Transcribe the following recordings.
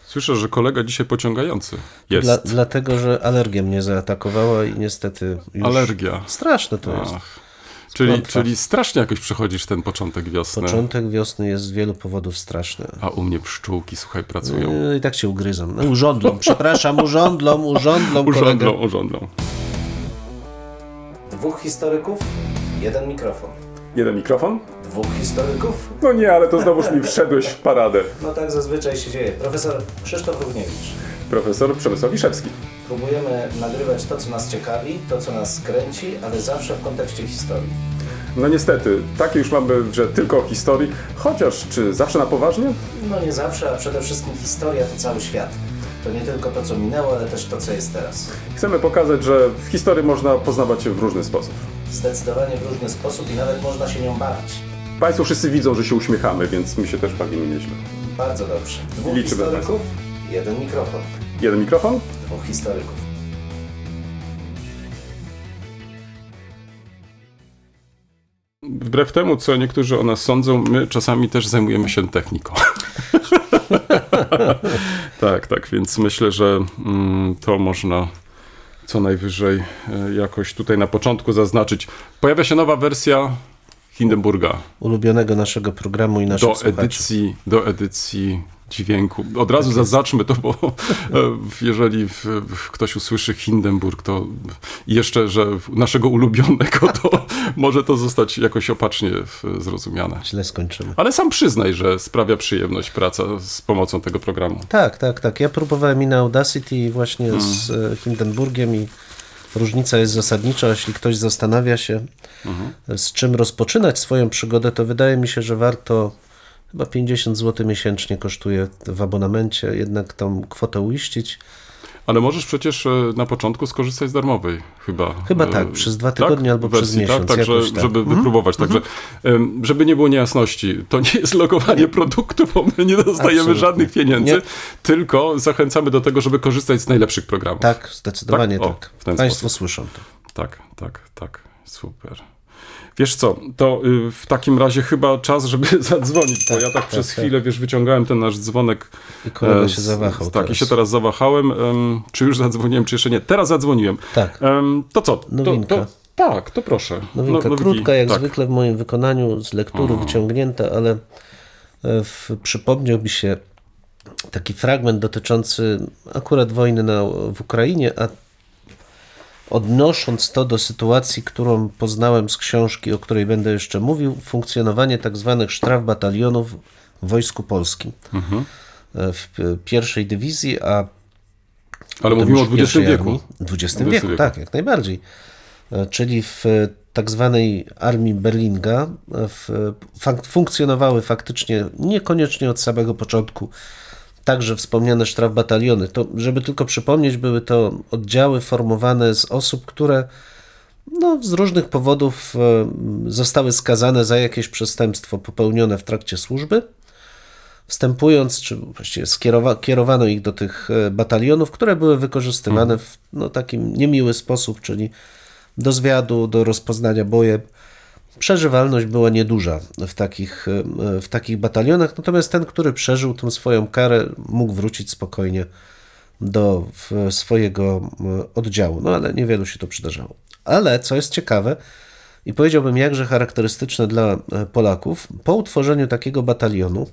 Słyszę, że kolega dzisiaj pociągający jest. Dlatego, że alergia mnie zaatakowała i niestety już... Alergia. Straszne to jest. Czyli strasznie jakoś przechodzisz ten początek wiosny. Początek wiosny jest z wielu powodów straszny. A u mnie pszczółki, słuchaj, pracują. I tak się ugryzą. Urządlą, przepraszam, urządlą kolegę. Urządlą. Dwóch historyków, jeden mikrofon. Jeden mikrofon? Dwóch historyków? No nie, ale to znowuż mi wszedłeś w paradę. No tak zazwyczaj się dzieje. Profesor Krzysztof Równiewicz. Profesor Przemysław Wiszewski. Próbujemy nagrywać to, co nas ciekawi, to, co nas kręci, ale zawsze w kontekście historii. No niestety, takie już mamy, że tylko o historii, chociaż czy zawsze na poważnie? No nie zawsze, a przede wszystkim historia to cały świat. To nie tylko to, co minęło, ale też to, co jest teraz. Chcemy pokazać, że w historii można poznawać się w różny sposób. Zdecydowanie w różny sposób i nawet można się nią bawić. Państwo wszyscy widzą, że się uśmiechamy, więc my się też bawimy nieźle. Bardzo dobrze. Dwóch Liczymy historyków, jeden mikrofon. Jeden mikrofon? Dwóch historyków. Wbrew temu, co niektórzy o nas sądzą, my czasami też zajmujemy się techniką. Tak, więc myślę, że to można co najwyżej jakoś tutaj na początku zaznaczyć. Pojawia się nowa wersja Hindenburga. Ulubionego naszego programu i naszych słuchaczy. Do edycji dźwięku. Od razu zaznaczmy to, bo jeżeli ktoś usłyszy Hindenburg, to jeszcze, że naszego ulubionego, to może to zostać jakoś opacznie zrozumiane. Źle skończymy. Ale sam przyznaj, że sprawia przyjemność praca z pomocą tego programu. Tak. Ja próbowałem i na Audacity i właśnie z Hindenburgiem i różnica jest zasadnicza. Jeśli ktoś zastanawia się, z czym rozpoczynać swoją przygodę, to wydaje mi się, że warto. Chyba 50 zł miesięcznie kosztuje w abonamencie, jednak tą kwotę uiścić. Ale możesz przecież na początku skorzystać z darmowej chyba. Chyba tak, przez 2 tygodnie albo wersji, przez miesiąc. Tak, żeby wypróbować. Także, żeby nie było niejasności, to nie jest logowanie produktu, bo my nie dostajemy żadnych pieniędzy, tylko zachęcamy do tego, żeby korzystać z najlepszych programów. Tak, zdecydowanie tak. W ten Państwo sposób. słyszą to. Tak. Super. Wiesz co, to w takim razie chyba czas, żeby zadzwonić, bo ja tak przez chwilę, wyciągałem ten nasz dzwonek. I kolega się zawahał. Tak, i się teraz zawahałem. Czy już zadzwoniłem, czy jeszcze nie? Teraz zadzwoniłem. Tak. To co? Nowinka. To proszę. Nowinka krótka, jak zwykle w moim wykonaniu, z lektury wyciągnięta, ale przypomniał mi się taki fragment dotyczący akurat wojny w Ukrainie, a odnosząc to do sytuacji, którą poznałem z książki, o której będę jeszcze mówił, funkcjonowanie tak zwanych sztrafbatalionów w Wojsku Polskim. W pierwszej dywizji, ale mówimy o XX wieku. XX wieku, tak, jak najbardziej. Czyli w tak zwanej armii Berlinga funkcjonowały faktycznie niekoniecznie od samego początku także wspomniane sztrafbataliony. To, żeby tylko przypomnieć, były to oddziały formowane z osób, które z różnych powodów zostały skazane za jakieś przestępstwo popełnione w trakcie służby. Wstępując, czy właściwie kierowano ich do tych batalionów, które były wykorzystywane w takim niemiły sposób, czyli do zwiadu, do rozpoznania bojem. Przeżywalność była nieduża w takich batalionach, natomiast ten, który przeżył tę swoją karę, mógł wrócić spokojnie do swojego oddziału. Ale niewielu się to przydarzało. Ale, co jest ciekawe i powiedziałbym jakże charakterystyczne dla Polaków, po utworzeniu takiego batalionu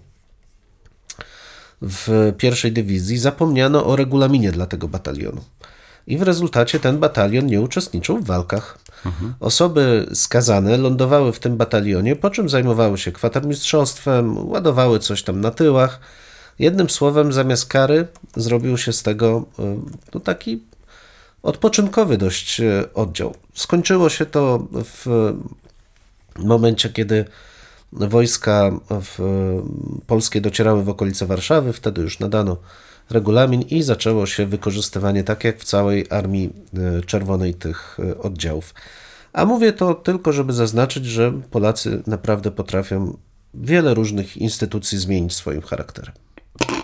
w pierwszej dywizji zapomniano o regulaminie dla tego batalionu. I w rezultacie ten batalion nie uczestniczył w walkach. Osoby skazane lądowały w tym batalionie, po czym zajmowały się kwatermistrzostwem, ładowały coś tam na tyłach. Jednym słowem, zamiast kary zrobił się z tego taki odpoczynkowy dość oddział. Skończyło się to w momencie, kiedy wojska polskie docierały w okolice Warszawy, wtedy już nadano regulamin i zaczęło się wykorzystywanie, tak jak w całej Armii Czerwonej, tych oddziałów. A mówię to tylko, żeby zaznaczyć, że Polacy naprawdę potrafią wiele różnych instytucji zmienić swoim charakterem.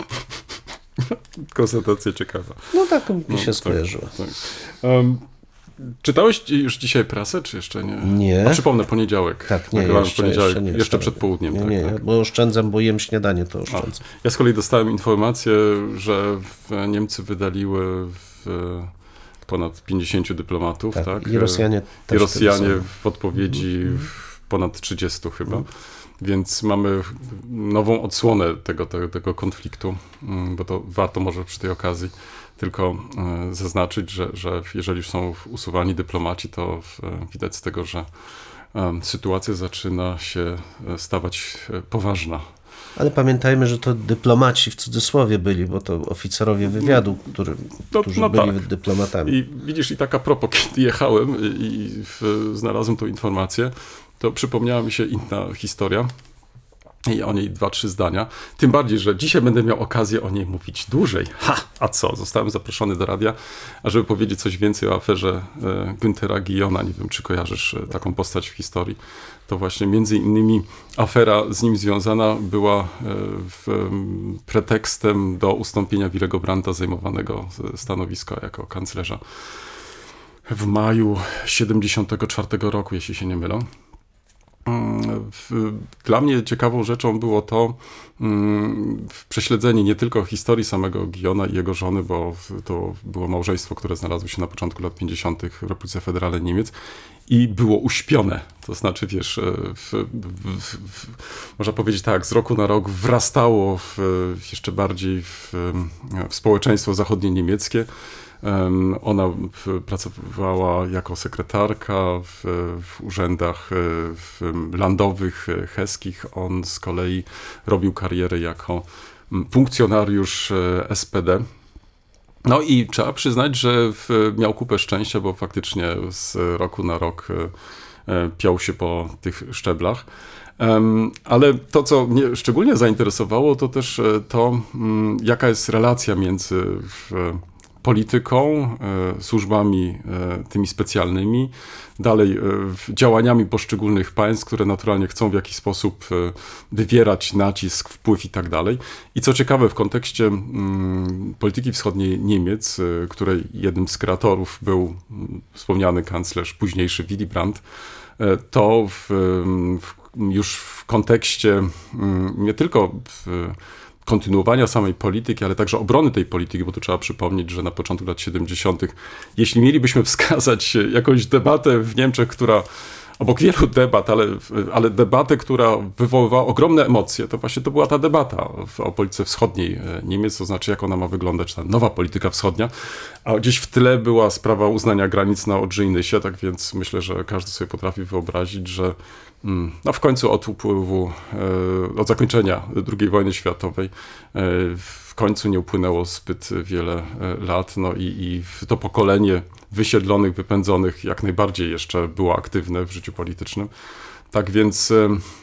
Konstatacja ciekawa. Tak mi się skojarzyła. Tak. Czytałeś już dzisiaj prasę, czy jeszcze nie? Nie. A przypomnę, poniedziałek. Tak, nie, Nagrywamy w jeszcze poniedziałek, nie. jeszcze przed południem. Nie, tak, nie, tak. bo oszczędzam, bo jem śniadanie, to oszczędzam. Ja z kolei dostałem informację, że Niemcy wydaliły ponad 50 dyplomatów, tak? I Rosjanie też. I Rosjanie w odpowiedzi ponad 30 chyba. Więc mamy nową odsłonę tego konfliktu, bo to warto może przy tej okazji tylko zaznaczyć, że jeżeli już są usuwani dyplomaci, to widać z tego, że sytuacja zaczyna się stawać poważna. Ale pamiętajmy, że to dyplomaci w cudzysłowie byli, bo to oficerowie wywiadu, którzy byli tak. dyplomatami. I widzisz, i tak a propos, kiedy jechałem i znalazłem tą informację, to przypomniała mi się inna historia. I o niej 2-3 zdania. Tym bardziej, że dzisiaj będę miał okazję o niej mówić dłużej. A co? Zostałem zaproszony do radia, ażeby powiedzieć coś więcej o aferze Günthera Guillona. Nie wiem, czy kojarzysz taką postać w historii. To właśnie między innymi afera z nim związana była pretekstem do ustąpienia Willego Brandta zajmowanego stanowiska jako kanclerza w maju 1974 roku, jeśli się nie mylę. Dla mnie ciekawą rzeczą było to prześledzenie nie tylko historii samego Guillona i jego żony, bo to było małżeństwo, które znalazło się na początku lat 50. w Republice Federalnej Niemiec i było uśpione. To znaczy, wiesz, można powiedzieć tak, z roku na rok wrastało jeszcze bardziej w społeczeństwo zachodnie niemieckie. Ona pracowała jako sekretarka w urzędach landowych, heskich. On z kolei robił karierę jako funkcjonariusz SPD. No i trzeba przyznać, że miał kupę szczęścia, bo faktycznie z roku na rok piął się po tych szczeblach. Ale to, co mnie szczególnie zainteresowało, to też to, jaka jest relacja między polityką, służbami tymi specjalnymi, dalej działaniami poszczególnych państw, które naturalnie chcą w jakiś sposób wywierać nacisk, wpływ i tak dalej. I co ciekawe, w kontekście polityki wschodniej Niemiec, której jednym z kreatorów był wspomniany kanclerz, późniejszy Willy Brandt, to już w kontekście nie tylko kontynuowania samej polityki, ale także obrony tej polityki, bo tu trzeba przypomnieć, że na początku lat 70., jeśli mielibyśmy wskazać jakąś debatę w Niemczech, która obok wielu debat, ale debatę, która wywoływała ogromne emocje, to właśnie to była ta debata o polityce wschodniej Niemiec, to znaczy jak ona ma wyglądać, ta nowa polityka wschodnia, a gdzieś w tle była sprawa uznania granic na Odrze-Nysie, tak więc myślę, że każdy sobie potrafi wyobrazić, że no w końcu od zakończenia II wojny światowej w końcu nie upłynęło zbyt wiele lat, no i to pokolenie wysiedlonych, wypędzonych jak najbardziej jeszcze było aktywne w życiu politycznym. Tak więc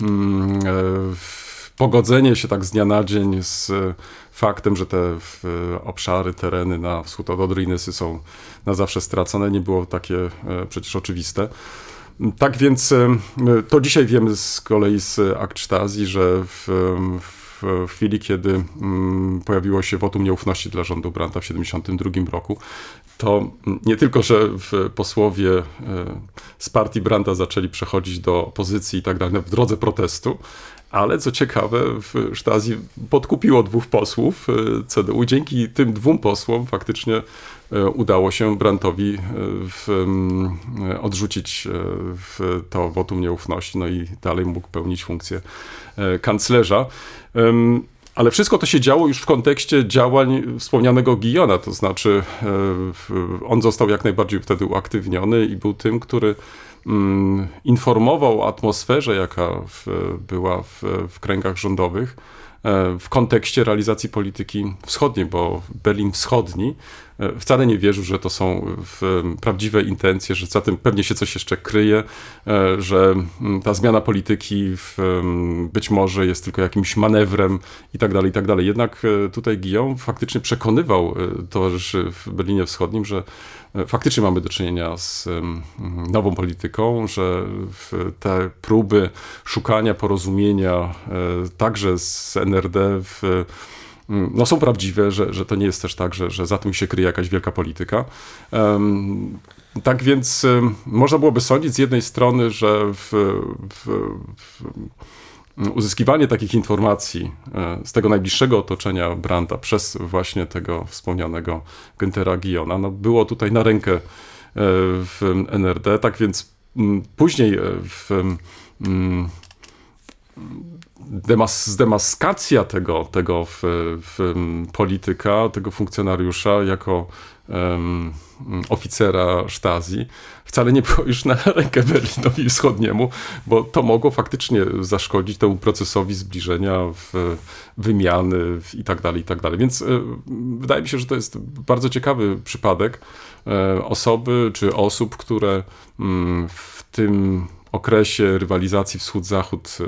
pogodzenie się tak z dnia na dzień z faktem, że te obszary, tereny na wschód od Odry-Nysy są na zawsze stracone, nie było takie przecież oczywiste. Tak więc to dzisiaj wiemy z kolei z akt Stasi, że w chwili, kiedy pojawiło się wotum nieufności dla rządu Brandta w 1972 roku, to nie tylko, że posłowie z partii Brandta zaczęli przechodzić do opozycji i tak dalej w drodze protestu, ale co ciekawe, w Stasi podkupiło 2 posłów CDU. Dzięki tym 2 posłom faktycznie udało się Brandtowi odrzucić to wotum nieufności, no i dalej mógł pełnić funkcję kanclerza. Ale wszystko to się działo już w kontekście działań wspomnianego Guillona, to znaczy on został jak najbardziej wtedy uaktywniony i był tym, który informował o atmosferze, jaka była w kręgach rządowych w kontekście realizacji polityki wschodniej, bo Berlin Wschodni wcale nie wierzył, że to są prawdziwe intencje, że za tym pewnie się coś jeszcze kryje, że ta zmiana polityki być może jest tylko jakimś manewrem i tak dalej, i tak dalej. Jednak tutaj Guillaume faktycznie przekonywał towarzyszy w Berlinie Wschodnim, że faktycznie mamy do czynienia z nową polityką, że te próby szukania porozumienia także z NRD no są prawdziwe, że to nie jest też tak, że za tym się kryje jakaś wielka polityka. Tak więc można byłoby sądzić z jednej strony, że uzyskiwanie takich informacji z tego najbliższego otoczenia Brandta przez właśnie tego wspomnianego Günthera Guillona, no było tutaj na rękę w NRD, tak więc później zdemaskacja tego polityka, tego funkcjonariusza jako oficera Stasi wcale nie było już na rękę Berlinowi Wschodniemu, bo to mogło faktycznie zaszkodzić temu procesowi zbliżenia, wymiany i tak dalej, i tak dalej. Więc wydaje mi się, że to jest bardzo ciekawy przypadek osoby czy osób, które w tym okresie rywalizacji wschód-zachód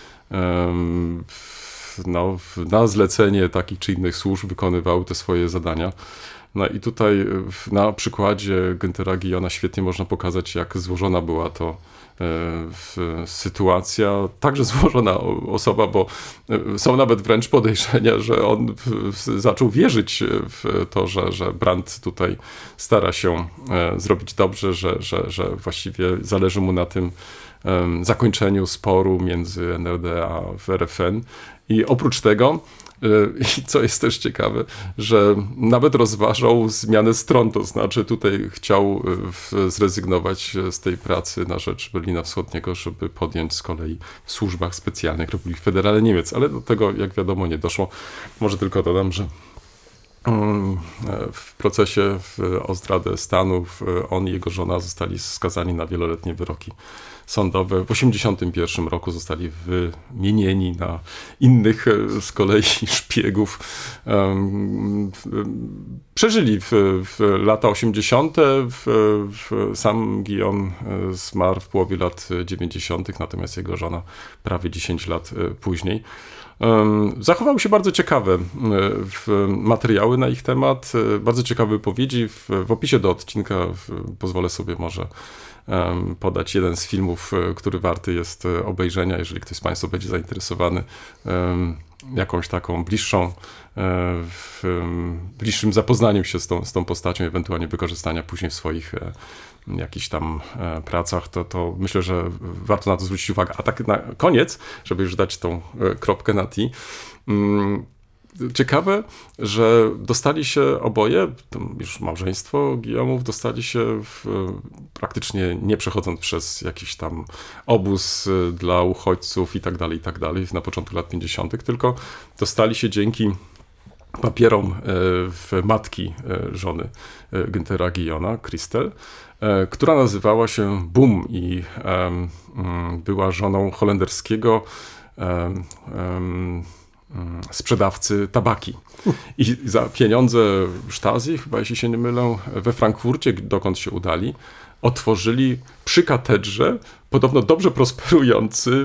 na zlecenie takich czy innych służb wykonywały te swoje zadania. No i tutaj na przykładzie Günthera Guillona świetnie można pokazać, jak złożona była to sytuacja. Także złożona osoba, bo są nawet wręcz podejrzenia, że on zaczął wierzyć w to, że Brandt tutaj stara się zrobić dobrze, że właściwie zależy mu na tym zakończeniu sporu między NRD a RFN. I oprócz tego, co jest też ciekawe, że nawet rozważał zmianę stron, to znaczy tutaj chciał zrezygnować z tej pracy na rzecz Berlina Wschodniego, żeby podjąć z kolei w służbach specjalnych Republiki Federalnej Niemiec, ale do tego, jak wiadomo, nie doszło. Może tylko dodam, że w procesie o zdradę Stanów on i jego żona zostali skazani na wieloletnie wyroki sądowe. W 1981 roku zostali wymienieni na innych z kolei szpiegów. Przeżyli w lata 80. Sam Guillon zmarł w połowie lat 90., natomiast jego żona prawie 10 lat później. Zachowały się bardzo ciekawe materiały na ich temat, bardzo ciekawe wypowiedzi. W opisie do odcinka pozwolę sobie może podać jeden z filmów, który warty jest obejrzenia, jeżeli ktoś z Państwa będzie zainteresowany jakąś taką bliższym zapoznaniem się z tą postacią, ewentualnie wykorzystania później w swoich jakichś tam pracach, to myślę, że warto na to zwrócić uwagę. A tak na koniec, żeby już dać tą kropkę na i, ciekawe, że dostali się oboje, już małżeństwo Guillomów, dostali się praktycznie nie przechodząc przez jakiś tam obóz dla uchodźców i tak dalej, na początku lat 50., tylko dostali się dzięki papierom matki żony Günthera Guillona, Christel, która nazywała się Boom i była żoną holenderskiego sprzedawcy tabaki. I za pieniądze Stasi, chyba jeśli się nie mylę, we Frankfurcie, dokąd się udali, otworzyli przy katedrze podobno dobrze prosperujący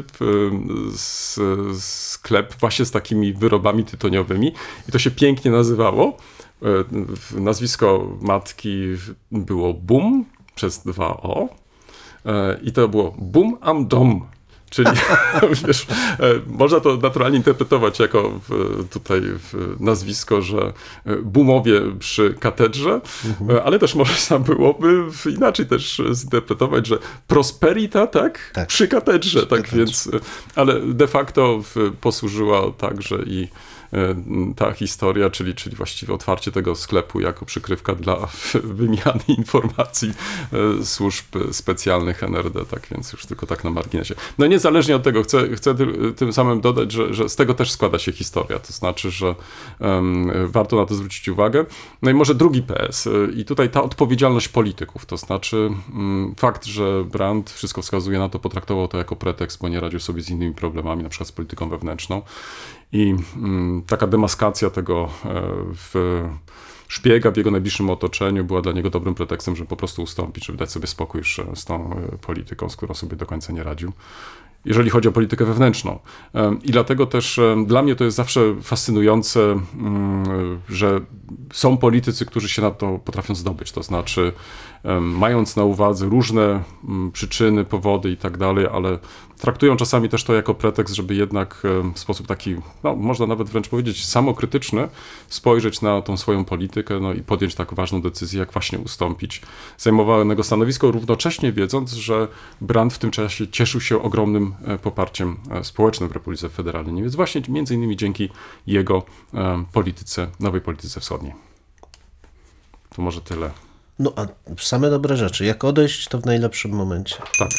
sklep właśnie z takimi wyrobami tytoniowymi. I to się pięknie nazywało. Nazwisko matki było Boom przez 2 i to było Boom am Dom. Czyli wiesz, można to naturalnie interpretować jako tutaj nazwisko, że Boomowie przy katedrze, ale też można byłoby inaczej też zinterpretować, że Prosperita, tak? Przy katedrze, tak więc, ale de facto posłużyła także i ta historia, czyli właściwie otwarcie tego sklepu jako przykrywka dla wymiany informacji służb specjalnych NRD, tak więc już tylko tak na marginesie. No niezależnie od tego, chcę tym samym dodać, że z tego też składa się historia, to znaczy, że warto na to zwrócić uwagę. No i może drugi PS i tutaj ta odpowiedzialność polityków, to znaczy fakt, że Brandt, wszystko wskazuje na to, potraktował to jako pretekst, bo nie radził sobie z innymi problemami, na przykład z polityką wewnętrzną. I taka demaskacja tego szpiega w jego najbliższym otoczeniu była dla niego dobrym pretekstem, żeby po prostu ustąpić, żeby dać sobie spokój już z tą polityką, z którą sobie do końca nie radził, jeżeli chodzi o politykę wewnętrzną. I dlatego też dla mnie to jest zawsze fascynujące, że są politycy, którzy się na to potrafią zdobyć, to znaczy mając na uwadze różne przyczyny, powody i tak dalej, ale traktują czasami też to jako pretekst, żeby jednak w sposób taki, no, można nawet wręcz powiedzieć samokrytyczny, spojrzeć na tą swoją politykę, no i podjąć tak ważną decyzję, jak właśnie ustąpić zajmowanego stanowisko, równocześnie wiedząc, że Brandt w tym czasie cieszył się ogromnym poparciem społecznym w Republice Federalnej Niemiec, właśnie między innymi dzięki jego polityce, nowej polityce wschodniej. To może tyle. No a same dobre rzeczy. Jak odejść, to w najlepszym momencie. Tak.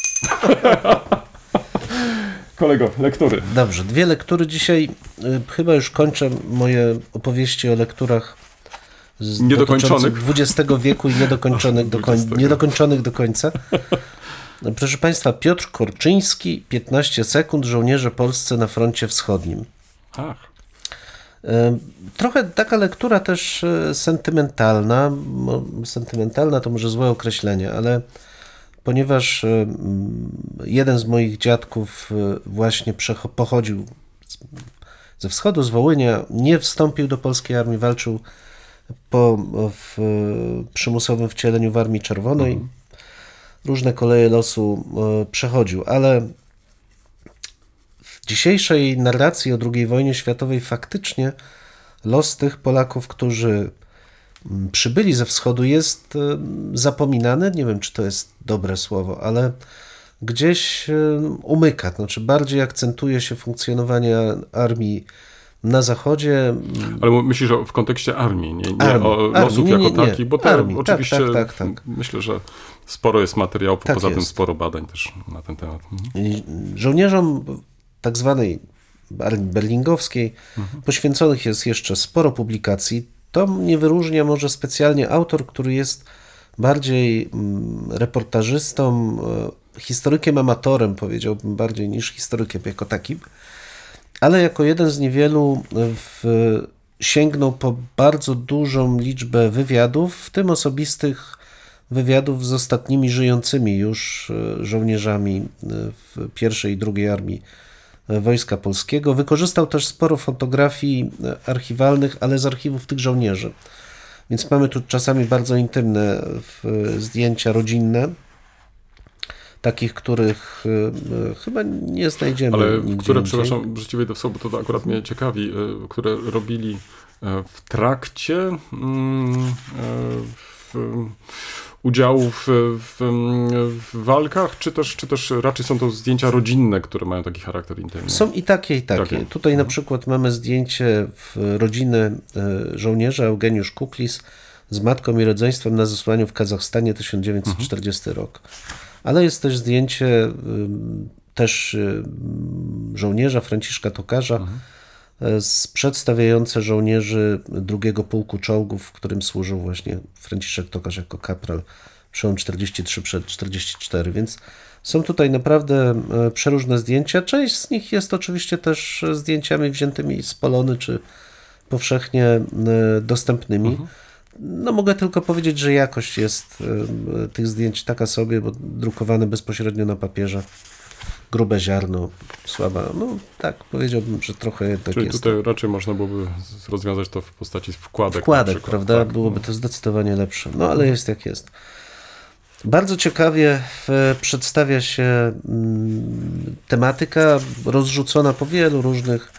Kolego, lektury. Dobrze, 2 lektury dzisiaj. Chyba już kończę moje opowieści o lekturach Niedokończonych. XX wieku i niedokończonych do końca. Proszę Państwa, Piotr Korczyński, 15 sekund, żołnierze polscy na froncie wschodnim. Ach. Trochę taka lektura też sentymentalna. Sentymentalna to może złe określenie, ale ponieważ jeden z moich dziadków właśnie pochodził ze wschodu, z Wołynia, nie wstąpił do polskiej armii, walczył w przymusowym wcieleniu w Armii Czerwonej. Różne koleje losu przechodził, ale w dzisiejszej narracji o II wojnie światowej faktycznie los tych Polaków, którzy przybyli ze wschodu, jest zapominany. Nie wiem, czy to jest dobre słowo, ale gdzieś umyka. Znaczy bardziej akcentuje się funkcjonowanie armii na zachodzie. Ale myślisz, że w kontekście armii, nie o losów jako takich, bo to armii, oczywiście tak. myślę, że sporo jest materiałów, Tak poza jest. tym sporo badań też na ten temat. Żołnierzom tak zwanej armii berlingowskiej poświęconych jest jeszcze sporo publikacji. To nie wyróżnia może specjalnie autor, który jest bardziej reportażystą, historykiem amatorem, powiedziałbym, bardziej niż historykiem jako takim, ale jako jeden z niewielu sięgnął po bardzo dużą liczbę wywiadów, w tym osobistych wywiadów z ostatnimi żyjącymi już żołnierzami w I i II Armii Wojska Polskiego. Wykorzystał też sporo fotografii archiwalnych, ale z archiwów tych żołnierzy. Więc mamy tu czasami bardzo intymne zdjęcia rodzinne, takich, których chyba nie znajdziemy ale nigdzie które, indziej. przepraszam, że ci wejdę w słowo, to akurat mnie ciekawi, które robili w trakcie udziału w walkach, czy też raczej są to zdjęcia rodzinne, które mają taki charakter intymny? Są i takie, i takie. Tutaj na przykład mamy zdjęcie rodziny żołnierza Eugeniusz Kuklis z matką i rodzeństwem na zesłaniu w Kazachstanie 1940 rok. Ale jest też zdjęcie żołnierza Franciszka Tokarza przedstawiające żołnierzy drugiego pułku czołgów, w którym służył właśnie Franciszek Tokarz jako kapral, przełom 43-44, więc są tutaj naprawdę przeróżne zdjęcia. Część z nich jest oczywiście też zdjęciami wziętymi z Polony, czy powszechnie dostępnymi. No mogę tylko powiedzieć, że jakość jest tych zdjęć taka sobie, bo drukowane bezpośrednio na papierze. Grube ziarno, słaba. No tak, powiedziałbym, że trochę jednak czyli jest. tutaj raczej można byłoby rozwiązać to w postaci wkładek. Wkładek, prawda? Tak? Byłoby to zdecydowanie lepsze. No ale jest jak jest. Bardzo ciekawie przedstawia się tematyka rozrzucona po wielu różnych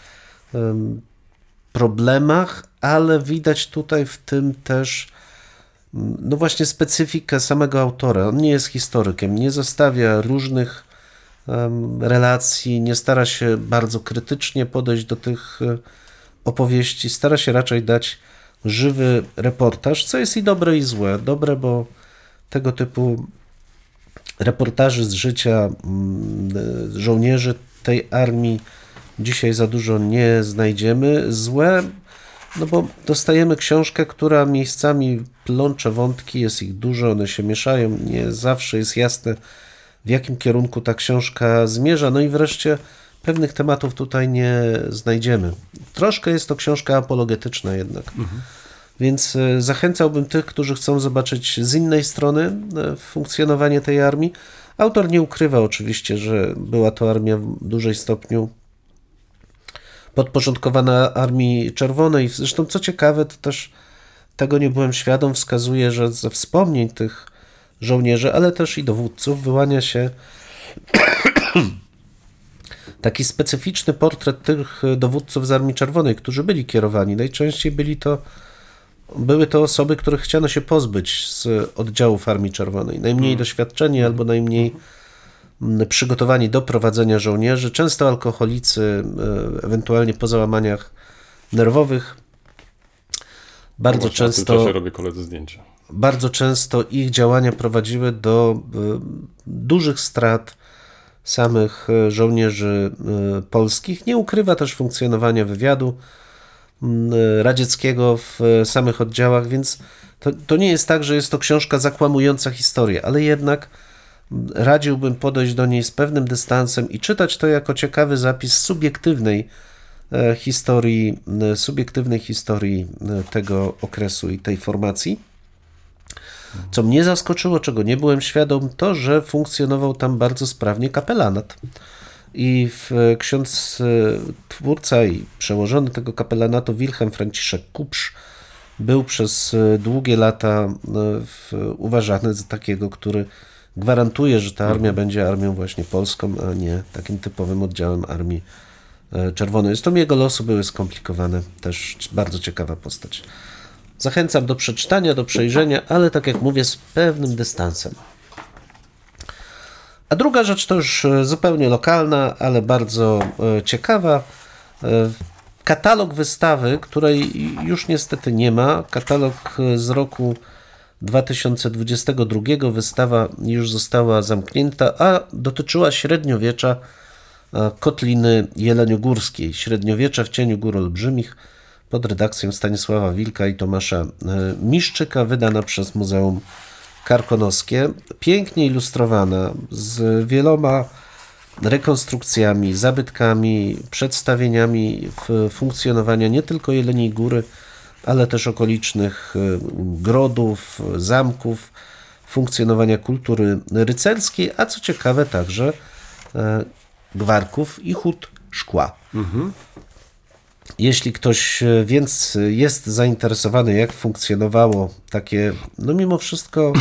problemach, ale widać tutaj w tym też no właśnie specyfikę samego autora. On nie jest historykiem, nie zostawia różnych relacji, nie stara się bardzo krytycznie podejść do tych opowieści, stara się raczej dać żywy reportaż, co jest i dobre, i złe. Dobre, bo tego typu reportaży z życia żołnierzy tej armii dzisiaj za dużo nie znajdziemy. Złe, no bo dostajemy książkę, która miejscami plącze wątki, jest ich dużo, one się mieszają, nie zawsze jest jasne, w jakim kierunku ta książka zmierza. No i wreszcie pewnych tematów tutaj nie znajdziemy. Troszkę jest to książka apologetyczna jednak. Więc zachęcałbym tych, którzy chcą zobaczyć z innej strony funkcjonowanie tej armii. Autor nie ukrywa oczywiście, że była to armia w dużej stopniu podporządkowana Armii Czerwonej. Zresztą co ciekawe, to też tego nie byłem świadom, wskazuje, że ze wspomnień tych żołnierzy, ale też i dowódców wyłania się taki specyficzny portret tych dowódców z Armii Czerwonej, którzy byli kierowani. Najczęściej były to osoby, których chciano się pozbyć z oddziałów Armii Czerwonej. Najmniej doświadczeni albo najmniej przygotowani do prowadzenia żołnierzy, często alkoholicy, ewentualnie po załamaniach nerwowych. Właśnie, w tym czasie robię koledze zdjęcia. Bardzo często ich działania prowadziły do dużych strat samych żołnierzy polskich. Nie ukrywa też funkcjonowania wywiadu radzieckiego w samych oddziałach, więc to nie jest tak, że jest to książka zakłamująca historię, ale jednak radziłbym podejść do niej z pewnym dystansem i czytać to jako ciekawy zapis subiektywnej historii tego okresu i tej formacji. Co mnie zaskoczyło, czego nie byłem świadom, to, że funkcjonował tam bardzo sprawnie kapelanat. I ksiądz twórca i przełożony tego kapelanatu Wilhelm Franciszek Kupsz był przez długie lata uważany za takiego, który gwarantuje, że ta armia będzie armią właśnie polską, a nie takim typowym oddziałem Armii Czerwonej. Zresztą jego losy były skomplikowane, też bardzo ciekawa postać. Zachęcam do przeczytania, do przejrzenia, ale tak jak mówię, z pewnym dystansem. A druga rzecz to już zupełnie lokalna, ale bardzo ciekawa. Katalog wystawy, której już niestety nie ma. Katalog z roku 2022. Wystawa już została zamknięta, a dotyczyła średniowiecza Kotliny Jeleniogórskiej. Średniowiecze w cieniu gór olbrzymich pod redakcją Stanisława Wilka i Tomasza Miszczyka, wydana przez Muzeum Karkonoskie. Pięknie ilustrowana, z wieloma rekonstrukcjami, zabytkami, przedstawieniami funkcjonowania nie tylko Jeleniej Góry, ale też okolicznych grodów, zamków, funkcjonowania kultury rycerskiej, a co ciekawe także gwarków i hut szkła. Jeśli ktoś więc jest zainteresowany, jak funkcjonowało takie, no mimo wszystko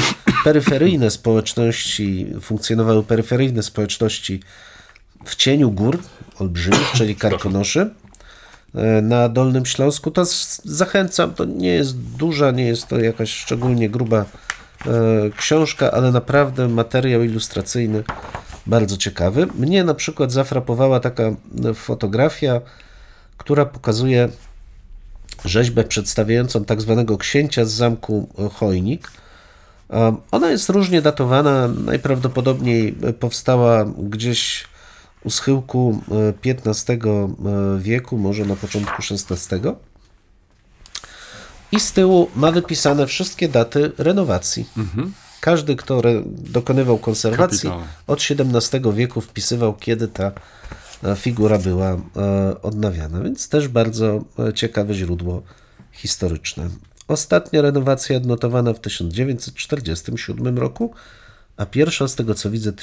funkcjonowały peryferyjne społeczności w cieniu gór olbrzymich, czyli Karkonoszy na Dolnym Śląsku, to zachęcam, to nie jest duża, nie jest to jakaś szczególnie gruba książka, ale naprawdę materiał ilustracyjny bardzo ciekawy. Mnie na przykład zafrapowała taka fotografia, która pokazuje rzeźbę przedstawiającą tak zwanego księcia z zamku Chojnik. Ona jest różnie datowana, najprawdopodobniej powstała gdzieś u schyłku XV wieku, może na początku XVI. I z tyłu ma wypisane wszystkie daty renowacji. Każdy, kto dokonywał konserwacji od XVII wieku, wpisywał, kiedy ta figura była odnawiana, więc też bardzo ciekawe źródło historyczne. Ostatnia renowacja odnotowana w 1947 roku, a pierwsza, z tego co widzę,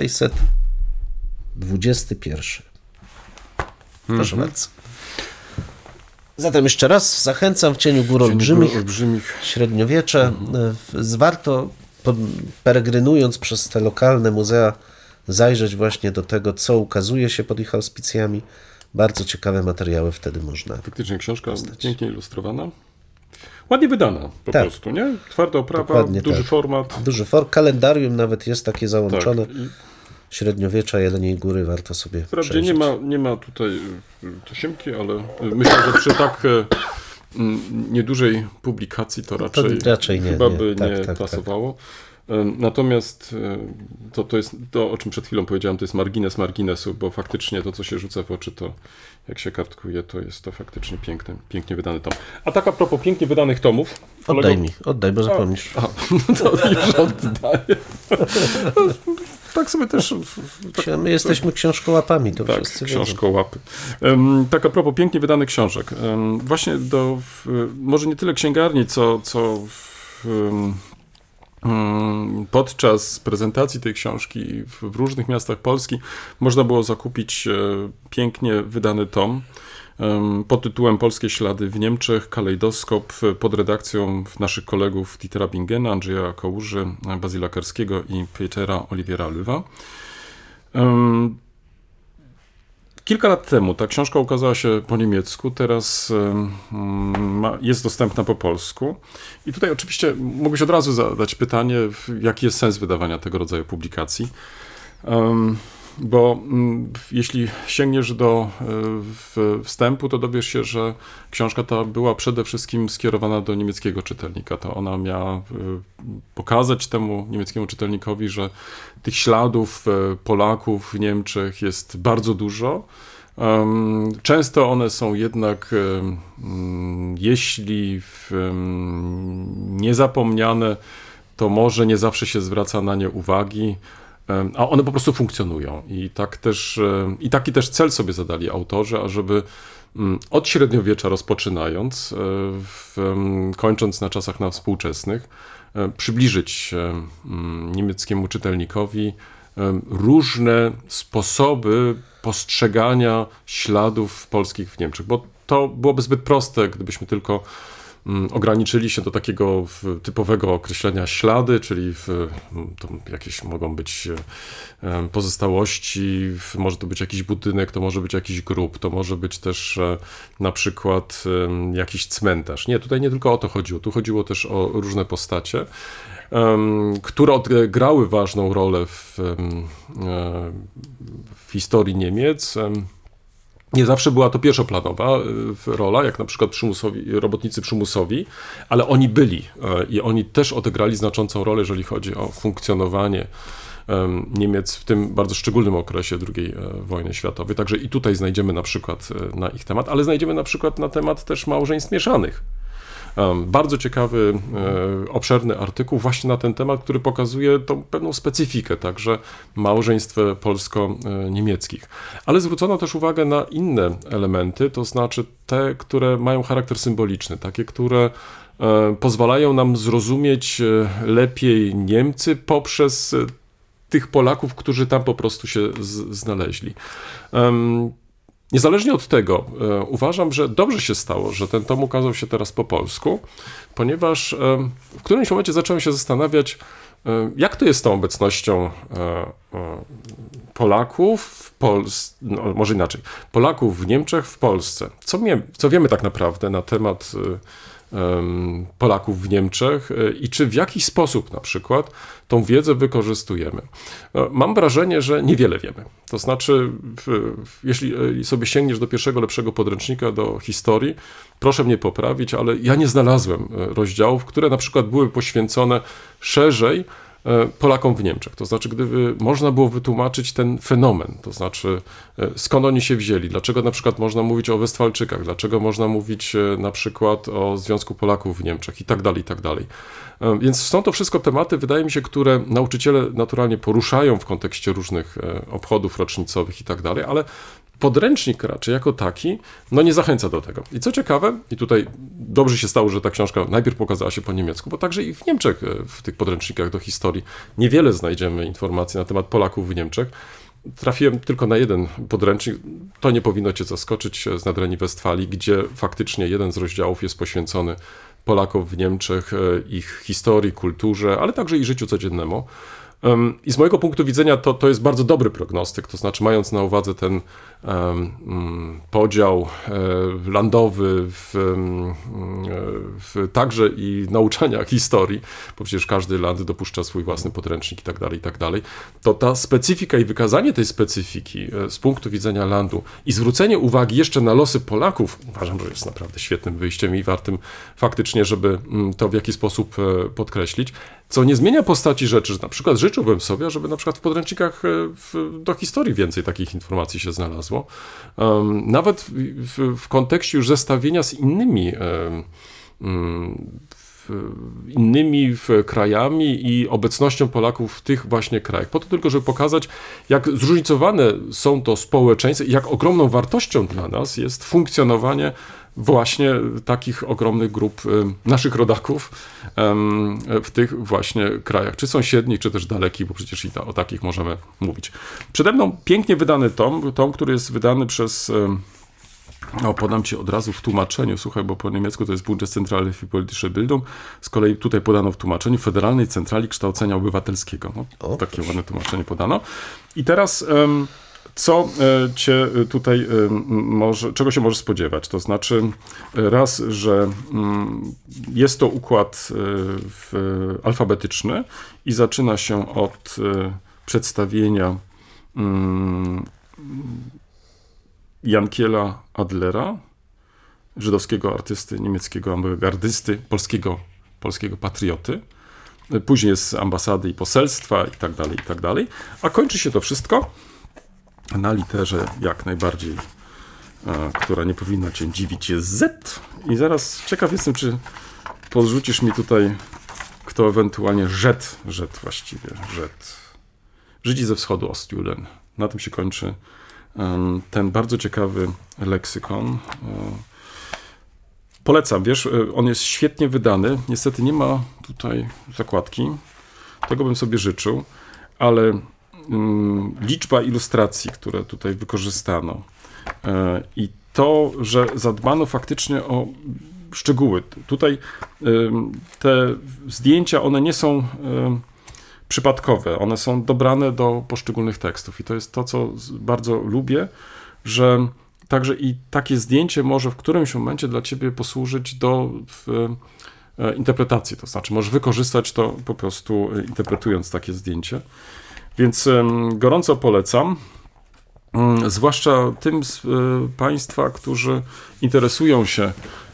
1621. Proszę bardzo. Zatem jeszcze raz zachęcam, w cieniu gór olbrzymich, średniowiecze. Warto, peregrynując przez te lokalne muzea, zajrzeć właśnie do tego, co ukazuje się pod ich auspicjami. Bardzo ciekawe materiały wtedy można. Faktycznie książka pięknie ilustrowana. Ładnie wydana po prostu, nie? Twarda oprawa, dokładnie duży format. Duży kalendarium nawet jest takie załączone. Tak. Średniowiecza, Jeleniej Góry, warto sobie Wprawdzie nie ma tutaj tasiemki, ale myślę, że przy tak niedużej publikacji to raczej chyba by nie pasowało. Natomiast to jest to, o czym przed chwilą powiedziałem, to jest margines marginesu, bo faktycznie to, co się rzuca w oczy, to jak się kartkuje, to jest to faktycznie pięknie wydany tom. A tak a propos pięknie wydanych tomów... Oddaj, bo zapomnisz. To już oddaję. Tak sobie też... My jesteśmy książkołapami, to tak, wszyscy książkołapy. Tak a propos pięknie wydanych książek. Właśnie może nie tyle księgarni, co podczas prezentacji tej książki w różnych miastach Polski można było zakupić pięknie wydany tom pod tytułem Polskie ślady w Niemczech, kalejdoskop pod redakcją naszych kolegów Dietera Bingena, Andrzeja Kałuży, Bazyla Karskiego i Petera Oliviera Löwa. Kilka lat temu ta książka ukazała się po niemiecku, teraz jest dostępna po polsku. I tutaj oczywiście mógłbyś od razu zadać pytanie, jaki jest sens wydawania tego rodzaju publikacji. Bo jeśli sięgniesz do wstępu, to dowiesz się, że książka ta była przede wszystkim skierowana do niemieckiego czytelnika. To ona miała pokazać temu niemieckiemu czytelnikowi, że tych śladów Polaków w Niemczech jest bardzo dużo. Często one są jednak, jeśli niezapomniane, to może nie zawsze się zwraca na nie uwagi. A one po prostu funkcjonują i taki też cel sobie zadali autorzy, ażeby od średniowiecza rozpoczynając, kończąc na czasach współczesnych, przybliżyć niemieckiemu czytelnikowi różne sposoby postrzegania śladów polskich w Niemczech, bo to byłoby zbyt proste, gdybyśmy tylko ograniczyli się do takiego typowego określenia ślady, czyli to jakieś mogą być pozostałości, może to być jakiś budynek, to może być jakiś grób, to może być też na przykład jakiś cmentarz. Nie, tutaj nie tylko o to chodziło, tu chodziło też o różne postacie, które odegrały ważną rolę w historii Niemiec. Nie zawsze była to pierwszoplanowa rola, jak na przykład robotnicy przymusowi, ale oni byli i oni też odegrali znaczącą rolę, jeżeli chodzi o funkcjonowanie Niemiec w tym bardzo szczególnym okresie II wojny światowej. Także i tutaj znajdziemy na przykład na ich temat, ale znajdziemy na przykład na temat też małżeństw mieszanych. Bardzo ciekawy, obszerny artykuł właśnie na ten temat, który pokazuje tą pewną specyfikę także małżeństw polsko-niemieckich. Ale zwrócono też uwagę na inne elementy, to znaczy te, które mają charakter symboliczny, takie, które pozwalają nam zrozumieć lepiej Niemcy poprzez tych Polaków, którzy tam po prostu się znaleźli. Niezależnie od tego, uważam, że dobrze się stało, że ten tom ukazał się teraz po polsku, ponieważ w którymś momencie zacząłem się zastanawiać, jak to jest z tą obecnością Polaków w Polsce, no, może inaczej, Polaków w Niemczech w Polsce. Co wiemy tak naprawdę na temat Polaków w Niemczech i czy w jakiś sposób na przykład tą wiedzę wykorzystujemy. Mam wrażenie, że niewiele wiemy. To znaczy, jeśli sobie sięgniesz do pierwszego lepszego podręcznika do historii, proszę mnie poprawić, ale ja nie znalazłem rozdziałów, które na przykład były poświęcone szerzej Polakom w Niemczech. To znaczy, gdyby można było wytłumaczyć ten fenomen, to znaczy skąd oni się wzięli, dlaczego na przykład można mówić o Westfalczykach, dlaczego można mówić na przykład o Związku Polaków w Niemczech i tak dalej, i tak dalej. Więc są to wszystko tematy, wydaje mi się, które nauczyciele naturalnie poruszają w kontekście różnych obchodów rocznicowych i tak dalej, ale podręcznik raczej jako taki, no nie zachęca do tego. I co ciekawe, i tutaj dobrze się stało, że ta książka najpierw pokazała się po niemiecku, bo także i w Niemczech, w tych podręcznikach do historii, niewiele znajdziemy informacji na temat Polaków w Niemczech. Trafiłem tylko na jeden podręcznik, to nie powinno cię zaskoczyć, z Nadrenii Westfalii, gdzie faktycznie jeden z rozdziałów jest poświęcony Polaków w Niemczech, ich historii, kulturze, ale także i życiu codziennemu. I z mojego punktu widzenia to jest bardzo dobry prognostyk, to znaczy mając na uwadze ten podział landowy także i nauczania historii, bo przecież każdy land dopuszcza swój własny podręcznik i tak dalej, to ta specyfika i wykazanie tej specyfiki z punktu widzenia landu i zwrócenie uwagi jeszcze na losy Polaków, uważam, że jest naprawdę świetnym wyjściem i wartym faktycznie, żeby to w jakiś sposób podkreślić, co nie zmienia postaci rzeczy, że na przykład życzyłbym sobie, żeby na przykład w podręcznikach do historii więcej takich informacji się znalazło. Nawet w kontekście już zestawienia z innymi krajami i obecnością Polaków w tych właśnie krajach. Po to tylko, żeby pokazać, jak zróżnicowane są to społeczeństwa i jak ogromną wartością dla nas jest funkcjonowanie właśnie takich ogromnych grup naszych rodaków w tych właśnie krajach, czy sąsiednich, czy też dalekich, bo przecież i o takich możemy mówić. Przede mną pięknie wydany tom, który jest wydany przez Podam ci od razu w tłumaczeniu, słuchaj, bo po niemiecku to jest Bundeszentrale für politische Bildung, z kolei tutaj podano w tłumaczeniu Federalnej Centrali Kształcenia Obywatelskiego. Takie ładne tłumaczenie podano. I teraz co cię tutaj czego się możesz spodziewać? To znaczy raz, że jest to układ alfabetyczny i zaczyna się od przedstawienia Jankiela Adlera, żydowskiego artysty, niemieckiego awangardysty, polskiego patrioty. Później jest ambasady i poselstwa i tak dalej. A kończy się to wszystko na literze jak najbardziej, która nie powinna cię dziwić, jest Z. I zaraz ciekaw jestem, czy podrzucisz mi tutaj, kto ewentualnie Żyd właściwie. Żydzi ze wschodu, Ostjulen. Na tym się kończy ten bardzo ciekawy leksykon. Polecam, wiesz, on jest świetnie wydany. Niestety nie ma tutaj zakładki. Tego bym sobie życzył, ale liczba ilustracji, które tutaj wykorzystano i to, że zadbano faktycznie o szczegóły. Tutaj te zdjęcia, one nie są przypadkowe, one są dobrane do poszczególnych tekstów i to jest to, co bardzo lubię, że także i takie zdjęcie może w którymś momencie dla ciebie posłużyć do interpretacji, to znaczy możesz wykorzystać to po prostu interpretując takie zdjęcie. Więc gorąco polecam, zwłaszcza tym z Państwa, którzy interesują się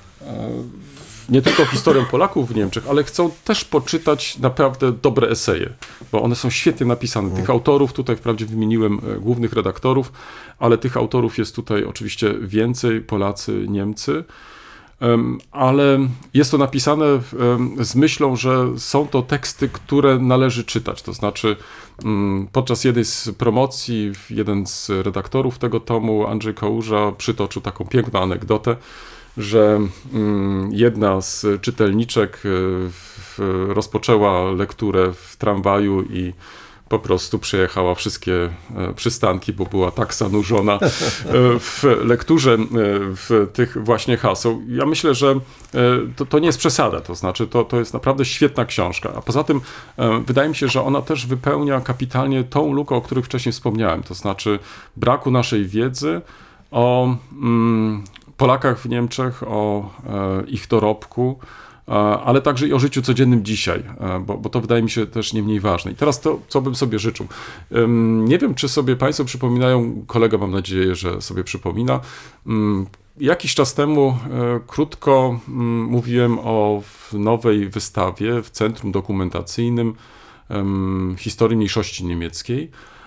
nie tylko historią Polaków w Niemczech, ale chcą też poczytać naprawdę dobre eseje, bo one są świetnie napisane. Tych autorów, tutaj wprawdzie wymieniłem głównych redaktorów, ale tych autorów jest tutaj oczywiście więcej, Polacy, Niemcy, ale jest to napisane z myślą, że są to teksty, które należy czytać. To znaczy podczas jednej z promocji jeden z redaktorów tego tomu, Andrzej Kałuża, przytoczył taką piękną anegdotę, że jedna z czytelniczek rozpoczęła lekturę w tramwaju i po prostu przejechała wszystkie przystanki, bo była tak zanurzona w lekturze w tych właśnie haseł. Ja myślę, że to nie jest przesada, to znaczy to jest naprawdę świetna książka. A poza tym wydaje mi się, że ona też wypełnia kapitalnie tą lukę, o której wcześniej wspomniałem, to znaczy braku naszej wiedzy o Polakach w Niemczech, o ich dorobku, ale także i o życiu codziennym dzisiaj, bo to wydaje mi się też nie mniej ważne. I teraz to, co bym sobie życzył. Nie wiem, czy sobie Państwo przypominają, kolega mam nadzieję, że sobie przypomina. Jakiś czas temu krótko mówiłem o nowej wystawie w Centrum Dokumentacyjnym Historii Mniejszości Niemieckiej.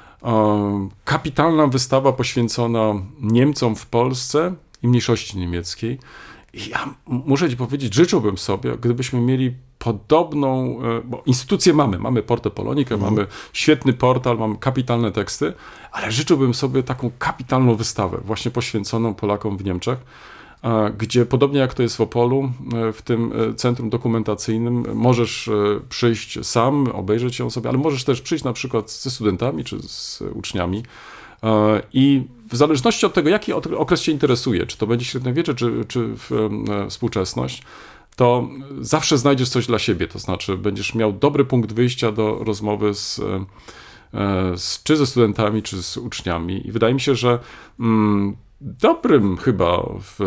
Kapitalna wystawa poświęcona Niemcom w Polsce i mniejszości niemieckiej. I ja muszę ci powiedzieć, życzyłbym sobie, gdybyśmy mieli podobną, bo instytucję mamy Portę Polonikę, mamy świetny portal, mamy kapitalne teksty, ale życzyłbym sobie taką kapitalną wystawę właśnie poświęconą Polakom w Niemczech, gdzie podobnie jak to jest w Opolu, w tym centrum dokumentacyjnym, możesz przyjść sam, obejrzeć ją sobie, ale możesz też przyjść na przykład ze studentami czy z uczniami i w zależności od tego, jaki okres cię interesuje, czy to będzie średniowiecze, czy współczesność, to zawsze znajdziesz coś dla siebie, to znaczy będziesz miał dobry punkt wyjścia do rozmowy czy ze studentami, czy z uczniami. I wydaje mi się, że dobrym chyba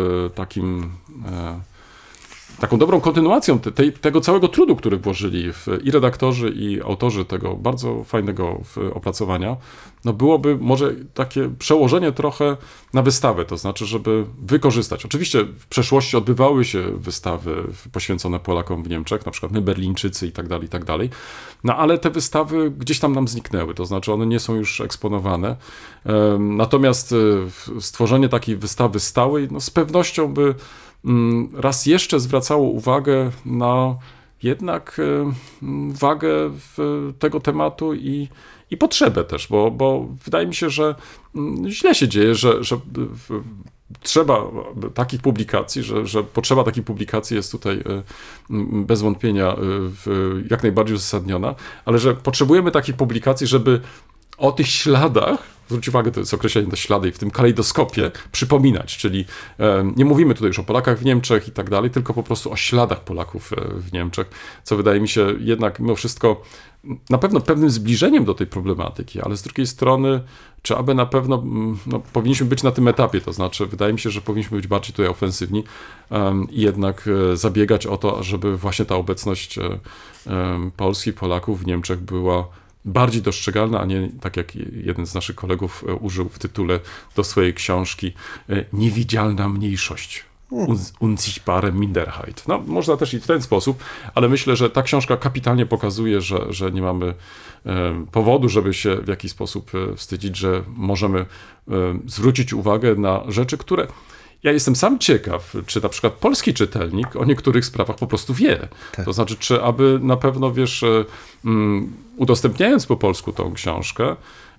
taką dobrą kontynuacją tego całego trudu, który włożyli i redaktorzy, i autorzy tego bardzo fajnego opracowania, no byłoby może takie przełożenie trochę na wystawę, to znaczy, żeby wykorzystać. Oczywiście w przeszłości odbywały się wystawy poświęcone Polakom w Niemczech, na przykład My Berlińczycy i tak dalej, no ale te wystawy gdzieś tam nam zniknęły, to znaczy one nie są już eksponowane. Natomiast stworzenie takiej wystawy stałej, no z pewnością by raz jeszcze zwracało uwagę na jednak wagę tego tematu i potrzebę też, bo wydaje mi się, że źle się dzieje, że trzeba takich publikacji, że potrzeba takich publikacji jest tutaj bez wątpienia jak najbardziej uzasadniona, ale że potrzebujemy takich publikacji, żeby o tych śladach zwróć uwagę, to jest określenie do ślady i w tym kalejdoskopie przypominać, czyli nie mówimy tutaj już o Polakach w Niemczech i tak dalej, tylko po prostu o śladach Polaków w Niemczech, co wydaje mi się jednak mimo wszystko na pewno pewnym zbliżeniem do tej problematyki, ale z drugiej strony, czy aby na pewno powinniśmy być na tym etapie, to znaczy wydaje mi się, że powinniśmy być bardziej tutaj ofensywni i jednak zabiegać o to, żeby właśnie ta obecność Polski, Polaków w Niemczech była bardziej dostrzegalna, a nie tak jak jeden z naszych kolegów użył w tytule do swojej książki niewidzialna mniejszość. Unsichtbare Minderheit. No, można też i w ten sposób, ale myślę, że ta książka kapitalnie pokazuje, że nie mamy powodu, żeby się w jakiś sposób wstydzić, że możemy zwrócić uwagę na rzeczy, które ja jestem sam ciekaw, czy na przykład polski czytelnik o niektórych sprawach po prostu wie. Tak. To znaczy, czy aby na pewno, wiesz, udostępniając po polsku tą książkę,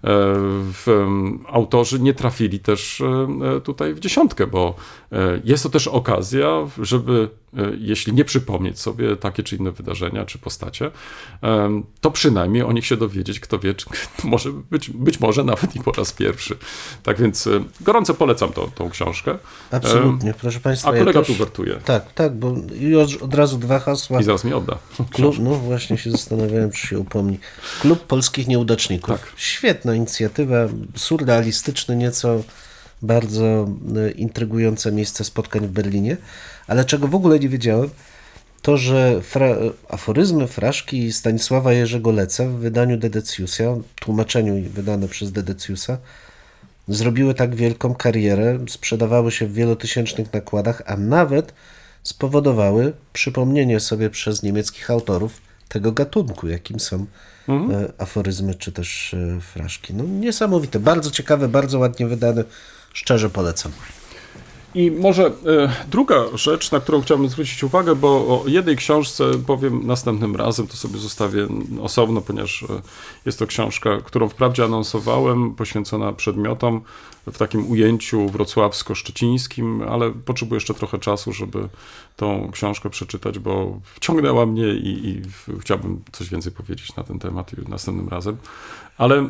autorzy nie trafili też tutaj w dziesiątkę, bo jest to też okazja, żeby jeśli nie przypomnieć sobie takie czy inne wydarzenia, czy postacie, to przynajmniej o nich się dowiedzieć, kto wie, czy może być może nawet i po raz pierwszy. Tak więc gorąco polecam tą książkę. Absolutnie, proszę Państwa. A kolega ja też, tu wertuje. Tak, bo od razu 2 hasła. I zaraz mi odda. Klub, no właśnie się zastanawiałem, czy się upomni. Klub Polskich Nieudaczników. Tak. Świetna inicjatywa, surrealistyczny nieco, bardzo intrygujące miejsce spotkań w Berlinie, ale czego w ogóle nie wiedziałem, to, że aforyzmy, fraszki Stanisława Jerzego Leca w wydaniu Dedeciusa, tłumaczeniu wydane przez Dedeciusa, zrobiły tak wielką karierę, sprzedawały się w wielotysięcznych nakładach, a nawet spowodowały przypomnienie sobie przez niemieckich autorów tego gatunku, jakim są aforyzmy czy też fraszki. No, niesamowite, bardzo ciekawe, bardzo ładnie wydane, szczerze polecam. I może druga rzecz, na którą chciałbym zwrócić uwagę, bo o jednej książce powiem następnym razem, to sobie zostawię osobno, ponieważ jest to książka, którą wprawdzie anonsowałem, poświęcona przedmiotom w takim ujęciu wrocławsko-szczecińskim, ale potrzebuję jeszcze trochę czasu, żeby tą książkę przeczytać, bo wciągnęła mnie i chciałbym coś więcej powiedzieć na ten temat następnym razem. Ale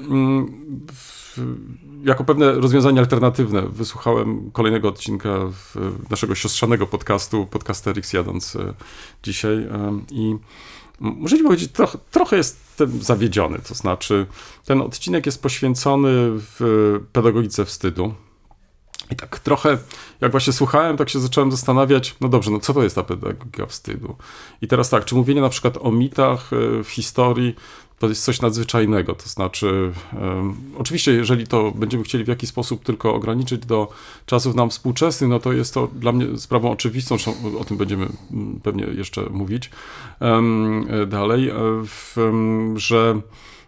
jako pewne rozwiązanie alternatywne wysłuchałem kolejnego odcinka naszego siostrzanego podcastu, Podcasterix, jadąc dzisiaj i muszę ci powiedzieć, trochę jestem zawiedziony, to znaczy ten odcinek jest poświęcony w pedagogice wstydu. I tak trochę, jak właśnie słuchałem, tak się zacząłem zastanawiać, no dobrze, no co to jest ta pedagogika wstydu? I teraz tak, czy mówienie na przykład o mitach w historii to jest coś nadzwyczajnego, to znaczy oczywiście, jeżeli to będziemy chcieli w jakiś sposób tylko ograniczyć do czasów nam współczesnych, no to jest to dla mnie sprawą oczywistą, o tym będziemy pewnie jeszcze mówić dalej, że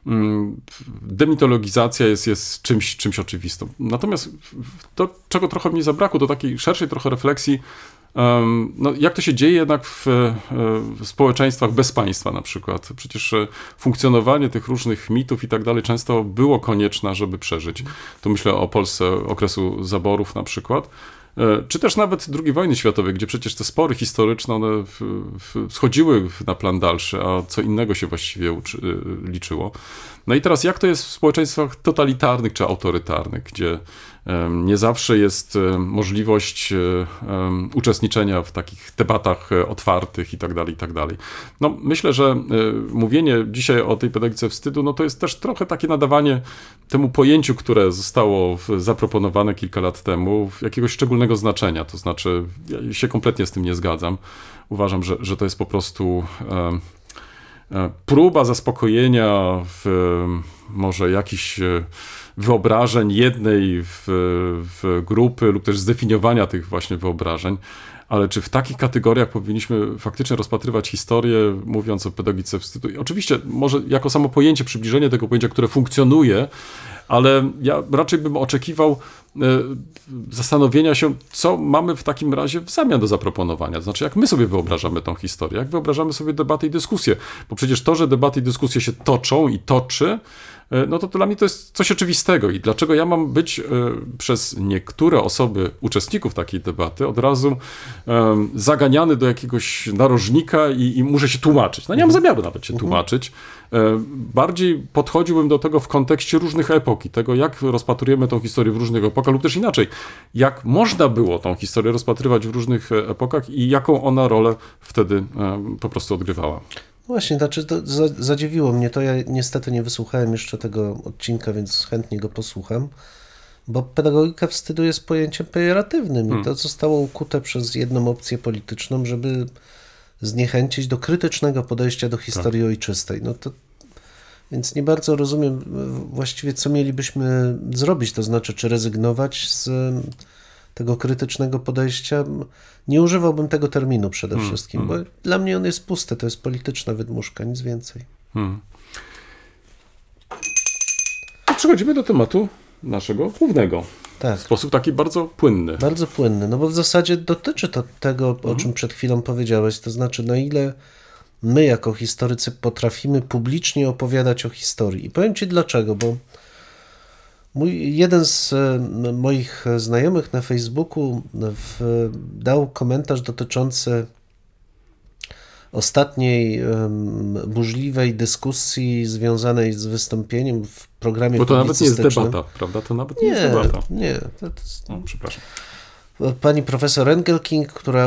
demitologizacja jest czymś oczywistym. Natomiast to, czego trochę mi zabrakło, to takiej szerszej trochę refleksji, no, jak to się dzieje jednak w społeczeństwach bez państwa na przykład. Przecież funkcjonowanie tych różnych mitów i tak dalej często było konieczne, żeby przeżyć. Tu myślę o Polsce okresu zaborów na przykład. Czy też nawet II wojny światowej, gdzie przecież te spory historyczne one schodziły na plan dalszy, a co innego się właściwie liczyło. No i teraz jak to jest w społeczeństwach totalitarnych czy autorytarnych, gdzie nie zawsze jest możliwość uczestniczenia w takich debatach otwartych i tak dalej, i tak dalej. No myślę, że mówienie dzisiaj o tej pedagogice wstydu, no to jest też trochę takie nadawanie temu pojęciu, które zostało zaproponowane kilka lat temu, jakiegoś szczególnego znaczenia. To znaczy, ja się kompletnie z tym nie zgadzam. Uważam, że to jest po prostu próba zaspokojenia może jakichś wyobrażeń jednej w grupy lub też zdefiniowania tych właśnie wyobrażeń, ale czy w takich kategoriach powinniśmy faktycznie rozpatrywać historię, mówiąc o pedagogice wstydu? I oczywiście może jako samo pojęcie, przybliżenie tego pojęcia, które funkcjonuje, ale ja raczej bym oczekiwał zastanowienia się, co mamy w takim razie w zamian do zaproponowania. To znaczy, jak my sobie wyobrażamy tą historię, jak wyobrażamy sobie debaty i dyskusje. Bo przecież to, że debaty i dyskusje się toczą i toczy, no to dla mnie to jest coś oczywistego. I dlaczego ja mam być przez niektóre osoby, uczestników takiej debaty, od razu zaganiany do jakiegoś narożnika i muszę się tłumaczyć. No nie mam zamiaru nawet się tłumaczyć. Bardziej podchodziłbym do tego w kontekście różnych epok i tego, jak rozpatrujemy tą historię w różnych epokach, lub też inaczej, jak można było tą historię rozpatrywać w różnych epokach i jaką ona rolę wtedy po prostu odgrywała. Właśnie, znaczy zadziwiło mnie to. Ja niestety nie wysłuchałem jeszcze tego odcinka, więc chętnie go posłucham, bo pedagogika wstydu jest pojęciem pejoratywnym i to zostało ukute przez jedną opcję polityczną, żeby zniechęcić do krytycznego podejścia do historii ojczystej. No to, więc nie bardzo rozumiem właściwie, co mielibyśmy zrobić, to znaczy, czy rezygnować z tego krytycznego podejścia. Nie używałbym tego terminu przede wszystkim, bo dla mnie on jest pusty, to jest polityczna wydmuszka, nic więcej. Przechodzimy do tematu naszego głównego. Tak. W sposób taki bardzo płynny. Bardzo płynny, no bo w zasadzie dotyczy to tego, o czym przed chwilą powiedziałeś, to znaczy na ile my jako historycy potrafimy publicznie opowiadać o historii. I powiem Ci dlaczego, bo jeden z moich znajomych na Facebooku dał komentarz dotyczący ostatniej burzliwej dyskusji związanej z wystąpieniem w programie Bo to nawet nie jest publicystycznym. debata, prawda? To nawet nie jest debata. Nie. No, przepraszam. Pani profesor Engelking, która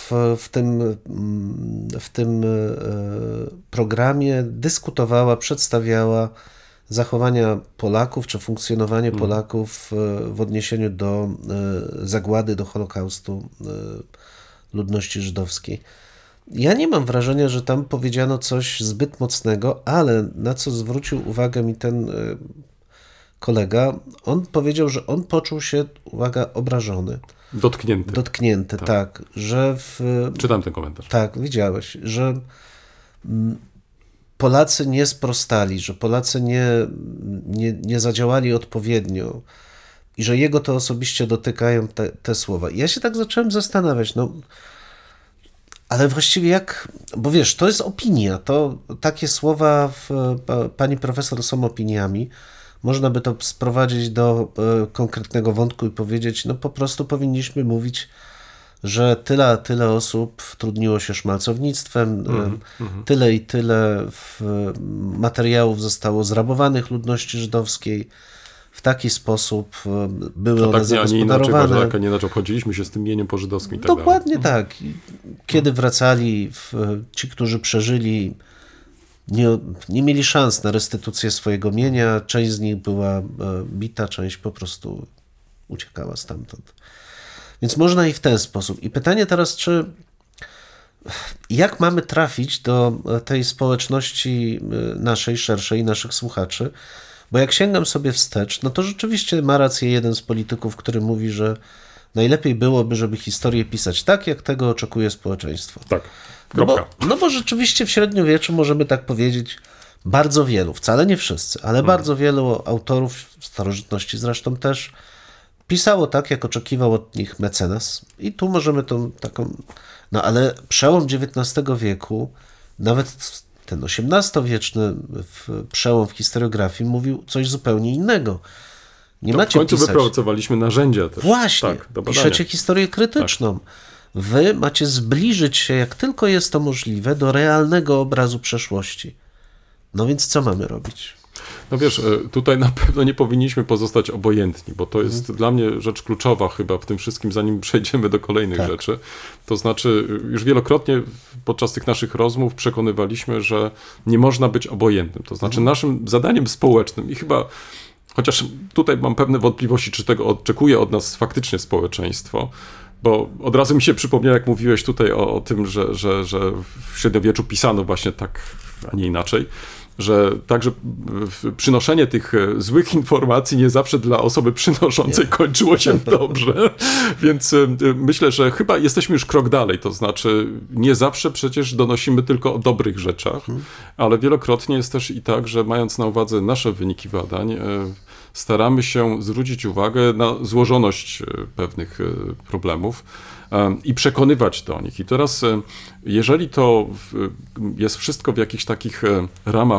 w tym programie dyskutowała, przedstawiała zachowania Polaków, czy funkcjonowanie Polaków w odniesieniu do zagłady, do Holokaustu ludności żydowskiej. Ja nie mam wrażenia, że tam powiedziano coś zbyt mocnego, ale na co zwrócił uwagę mi ten kolega, on powiedział, że on poczuł się, uwaga, obrażony. Dotknięty. Tak. Że czytam ten komentarz. Tak, widziałeś, że Polacy nie sprostali, że Polacy nie zadziałali odpowiednio i że jego to osobiście dotykają te słowa. I ja się tak zacząłem zastanawiać, ale właściwie jak, bo wiesz, to jest opinia, to takie słowa pani profesor są opiniami, można by to sprowadzić do konkretnego wątku i powiedzieć, po prostu powinniśmy mówić, że tyle osób wtrudniło się szmalcownictwem, tyle i tyle materiałów zostało zrabowanych ludności żydowskiej, w taki sposób były one zagospodarowane. Tak, nie inaczej obchodziliśmy się z tym mieniem pożydowskim. Dokładnie tak. Kiedy wracali ci, którzy przeżyli, nie mieli szans na restytucję swojego mienia, część z nich była bita, część po prostu uciekała stamtąd. Więc można i w ten sposób. I pytanie teraz, jak mamy trafić do tej społeczności naszej, szerszej, naszych słuchaczy? Bo jak sięgam sobie wstecz, to rzeczywiście ma rację jeden z polityków, który mówi, że najlepiej byłoby, żeby historię pisać tak, jak tego oczekuje społeczeństwo. Tak, kropka. Bo rzeczywiście w średniowieczu możemy tak powiedzieć, bardzo wielu, wcale nie wszyscy, ale bardzo wielu autorów, w starożytności zresztą też, pisało tak, jak oczekiwał od nich mecenas. I tu możemy tą taką... ale przełom XIX wieku, nawet ten XVIII-wieczny przełom w historiografii mówił coś zupełnie innego. Nie macie w końcu pisać. Wypracowaliśmy narzędzia też. Właśnie, do badania. piszecie historię krytyczną. Tak. Wy macie zbliżyć się, jak tylko jest to możliwe, do realnego obrazu przeszłości. No więc co mamy robić? No wiesz, tutaj na pewno nie powinniśmy pozostać obojętni, bo to jest dla mnie rzecz kluczowa chyba w tym wszystkim, zanim przejdziemy do kolejnych rzeczy. To znaczy, już wielokrotnie podczas tych naszych rozmów przekonywaliśmy, że nie można być obojętnym. To znaczy naszym zadaniem społecznym i chyba, chociaż tutaj mam pewne wątpliwości, czy tego oczekuje od nas faktycznie społeczeństwo, bo od razu mi się przypomniało, jak mówiłeś tutaj o tym, że w średniowieczu pisano właśnie tak, a nie inaczej, że także przynoszenie tych złych informacji nie zawsze dla osoby przynoszącej kończyło się dobrze, więc myślę, że chyba jesteśmy już krok dalej, to znaczy nie zawsze przecież donosimy tylko o dobrych rzeczach, ale wielokrotnie jest też i tak, że mając na uwadze nasze wyniki badań, staramy się zwrócić uwagę na złożoność pewnych problemów i przekonywać do nich. I teraz, jeżeli to jest wszystko w jakichś takich ramach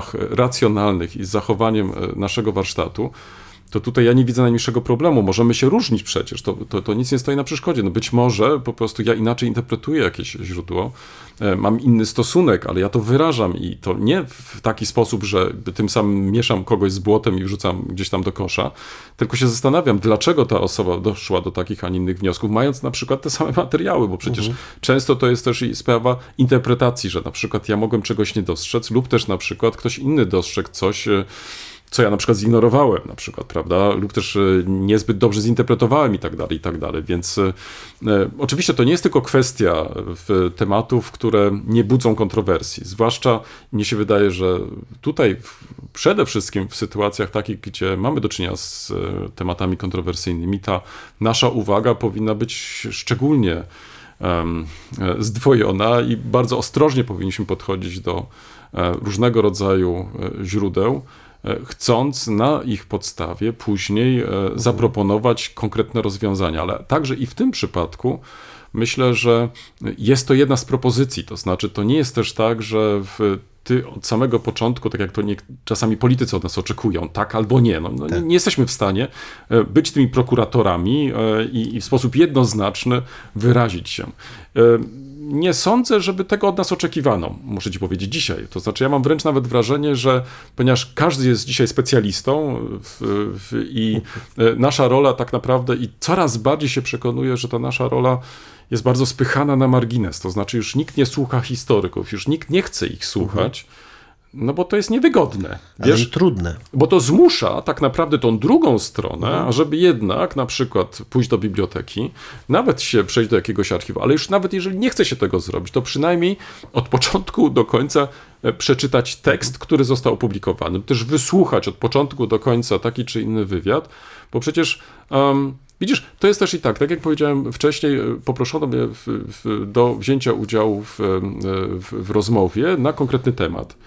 ramach racjonalnych i z zachowaniem naszego warsztatu, to tutaj ja nie widzę najmniejszego problemu. Możemy się różnić przecież, to nic nie stoi na przeszkodzie. No być może po prostu ja inaczej interpretuję jakieś źródło, mam inny stosunek, ale ja to wyrażam i to nie w taki sposób, że tym samym mieszam kogoś z błotem i wrzucam gdzieś tam do kosza, tylko się zastanawiam, dlaczego ta osoba doszła do takich, a nie innych wniosków, mając na przykład te same materiały, bo przecież często to jest też i sprawa interpretacji, że na przykład ja mogłem czegoś nie dostrzec lub też na przykład ktoś inny dostrzegł coś, co ja na przykład zignorowałem, na przykład, prawda, lub też niezbyt dobrze zinterpretowałem i tak dalej, więc oczywiście to nie jest tylko kwestia tematów, które nie budzą kontrowersji, zwłaszcza mnie się wydaje, że tutaj przede wszystkim w sytuacjach takich, gdzie mamy do czynienia z tematami kontrowersyjnymi, ta nasza uwaga powinna być szczególnie zdwojona i bardzo ostrożnie powinniśmy podchodzić do różnego rodzaju źródeł, chcąc na ich podstawie później zaproponować konkretne rozwiązania. Ale także i w tym przypadku myślę, że jest to jedna z propozycji. To znaczy, to nie jest też tak, że ty od samego początku, tak jak to czasami politycy od nas oczekują, tak albo nie. Tak. Nie jesteśmy w stanie być tymi prokuratorami i w sposób jednoznaczny wyrazić się. Nie sądzę, żeby tego od nas oczekiwano, muszę ci powiedzieć dzisiaj. To znaczy, ja mam wręcz nawet wrażenie, że ponieważ każdy jest dzisiaj specjalistą i nasza rola tak naprawdę i coraz bardziej się przekonuje, że ta nasza rola jest bardzo spychana na margines. To znaczy, już nikt nie słucha historyków, już nikt nie chce ich słuchać, no bo to jest niewygodne. Ale i trudne. Bo to zmusza tak naprawdę tą drugą stronę, ażeby jednak na przykład pójść do biblioteki, nawet się przejść do jakiegoś archiwum, ale już nawet jeżeli nie chce się tego zrobić, to przynajmniej od początku do końca przeczytać tekst, który został opublikowany, też wysłuchać od początku do końca taki czy inny wywiad, bo przecież widzisz, to jest też i tak jak powiedziałem wcześniej, poproszono mnie do wzięcia udziału w rozmowie na konkretny temat.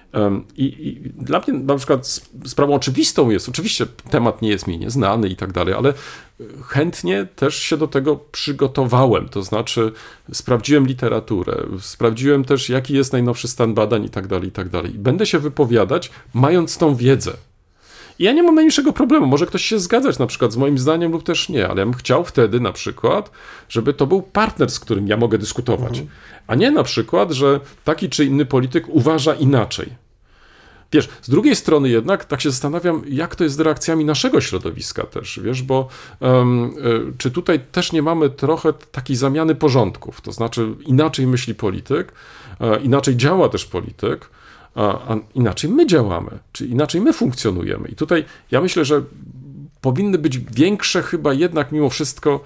I dla mnie na przykład sprawą oczywistą jest, oczywiście temat nie jest mi nieznany i tak dalej, ale chętnie też się do tego przygotowałem, to znaczy sprawdziłem literaturę, sprawdziłem też jaki jest najnowszy stan badań i tak dalej, i tak dalej. I będę się wypowiadać mając tą wiedzę. I ja nie mam najmniejszego problemu, może ktoś się zgadzać na przykład z moim zdaniem lub też nie, ale ja bym chciał wtedy na przykład, żeby to był partner, z którym ja mogę dyskutować, a nie na przykład, że taki czy inny polityk uważa inaczej. Wiesz, z drugiej strony jednak tak się zastanawiam, jak to jest z reakcjami naszego środowiska też, wiesz, bo czy tutaj też nie mamy trochę takiej zamiany porządków, to znaczy inaczej myśli polityk, inaczej działa też polityk, a inaczej my działamy, czy inaczej my funkcjonujemy. I tutaj ja myślę, że powinny być większe chyba jednak mimo wszystko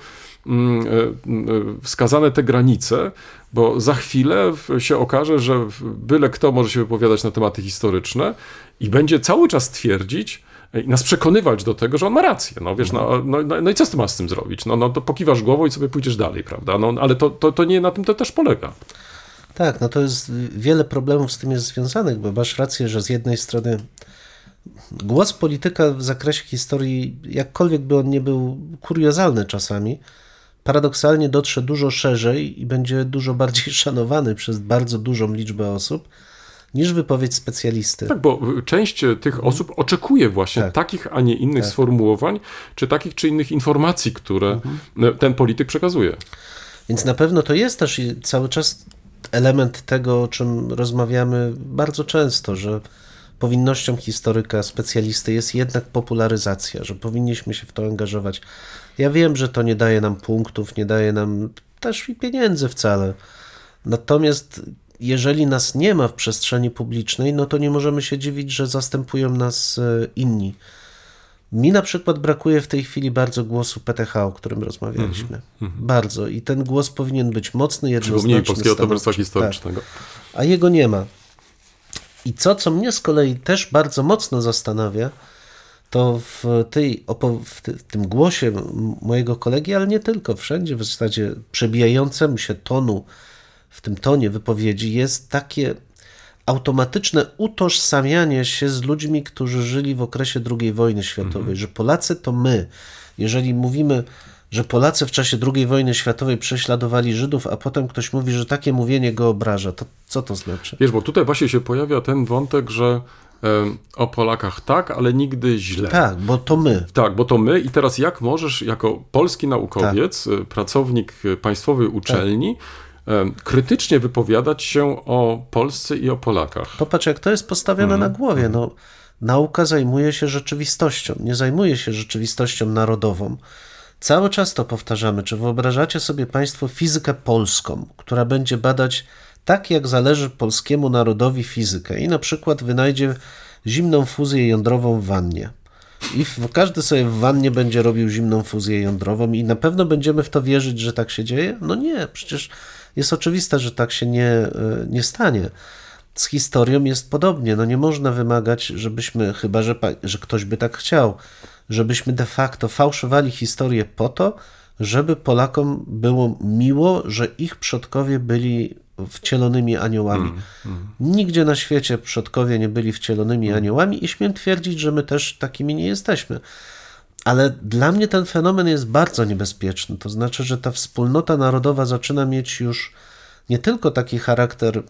wskazane te granice, bo za chwilę się okaże, że byle kto może się wypowiadać na tematy historyczne i będzie cały czas twierdzić i nas przekonywać do tego, że on ma rację. No wiesz, no i co ty masz z tym zrobić? No to pokiwasz głową i sobie pójdziesz dalej, prawda? No ale to nie na tym to też polega. Tak, no to jest wiele problemów z tym jest związanych, bo masz rację, że z jednej strony głos polityka w zakresie historii, jakkolwiek by on nie był kuriozalny czasami, paradoksalnie dotrze dużo szerzej i będzie dużo bardziej szanowany przez bardzo dużą liczbę osób niż wypowiedź specjalisty. Tak, bo część tych osób oczekuje właśnie takich, a nie innych sformułowań, czy takich, czy innych informacji, które ten polityk przekazuje. Więc na pewno to jest też cały czas element tego, o czym rozmawiamy bardzo często, że powinnością historyka, specjalisty jest jednak popularyzacja, że powinniśmy się w to angażować. Ja wiem, że to nie daje nam punktów, nie daje nam też i pieniędzy wcale. Natomiast jeżeli nas nie ma w przestrzeni publicznej, no to nie możemy się dziwić, że zastępują nas inni. Mi na przykład brakuje w tej chwili bardzo głosu PTH, o którym rozmawialiśmy. Bardzo. I ten głos powinien być mocny, jednoznaczny. Przypomnij Polskiego Towarzystwa Historycznego. Tak. A jego nie ma. I co mnie z kolei też bardzo mocno zastanawia, to w tym głosie mojego kolegi, ale nie tylko, wszędzie w zasadzie przebijającemu się tonu, w tym tonie wypowiedzi jest takie automatyczne utożsamianie się z ludźmi, którzy żyli w okresie II wojny światowej, że Polacy to my. Jeżeli mówimy, że Polacy w czasie II wojny światowej prześladowali Żydów, a potem ktoś mówi, że takie mówienie go obraża, to co to znaczy? Wiesz, bo tutaj właśnie się pojawia ten wątek, że o Polakach tak, ale nigdy źle. Tak, bo to my. Tak, bo to my i teraz jak możesz jako polski naukowiec, pracownik państwowej uczelni, krytycznie wypowiadać się o Polsce i o Polakach? Popatrz, jak to jest postawione na głowie. No, nauka zajmuje się rzeczywistością, nie zajmuje się rzeczywistością narodową. Cały czas to powtarzamy. Czy wyobrażacie sobie państwo fizykę polską, która będzie badać tak, jak zależy polskiemu narodowi fizykę i na przykład wynajdzie zimną fuzję jądrową w wannie. I każdy sobie w wannie będzie robił zimną fuzję jądrową i na pewno będziemy w to wierzyć, że tak się dzieje? No nie, przecież jest oczywiste, że tak się nie stanie. Z historią jest podobnie. No nie można wymagać, żebyśmy, chyba że ktoś by tak chciał, żebyśmy de facto fałszowali historię po to, żeby Polakom było miło, że ich przodkowie byli wcielonymi aniołami. Nigdzie na świecie przodkowie nie byli wcielonymi aniołami i śmiem twierdzić, że my też takimi nie jesteśmy. Ale dla mnie ten fenomen jest bardzo niebezpieczny. To znaczy, że ta wspólnota narodowa zaczyna mieć już nie tylko taki charakter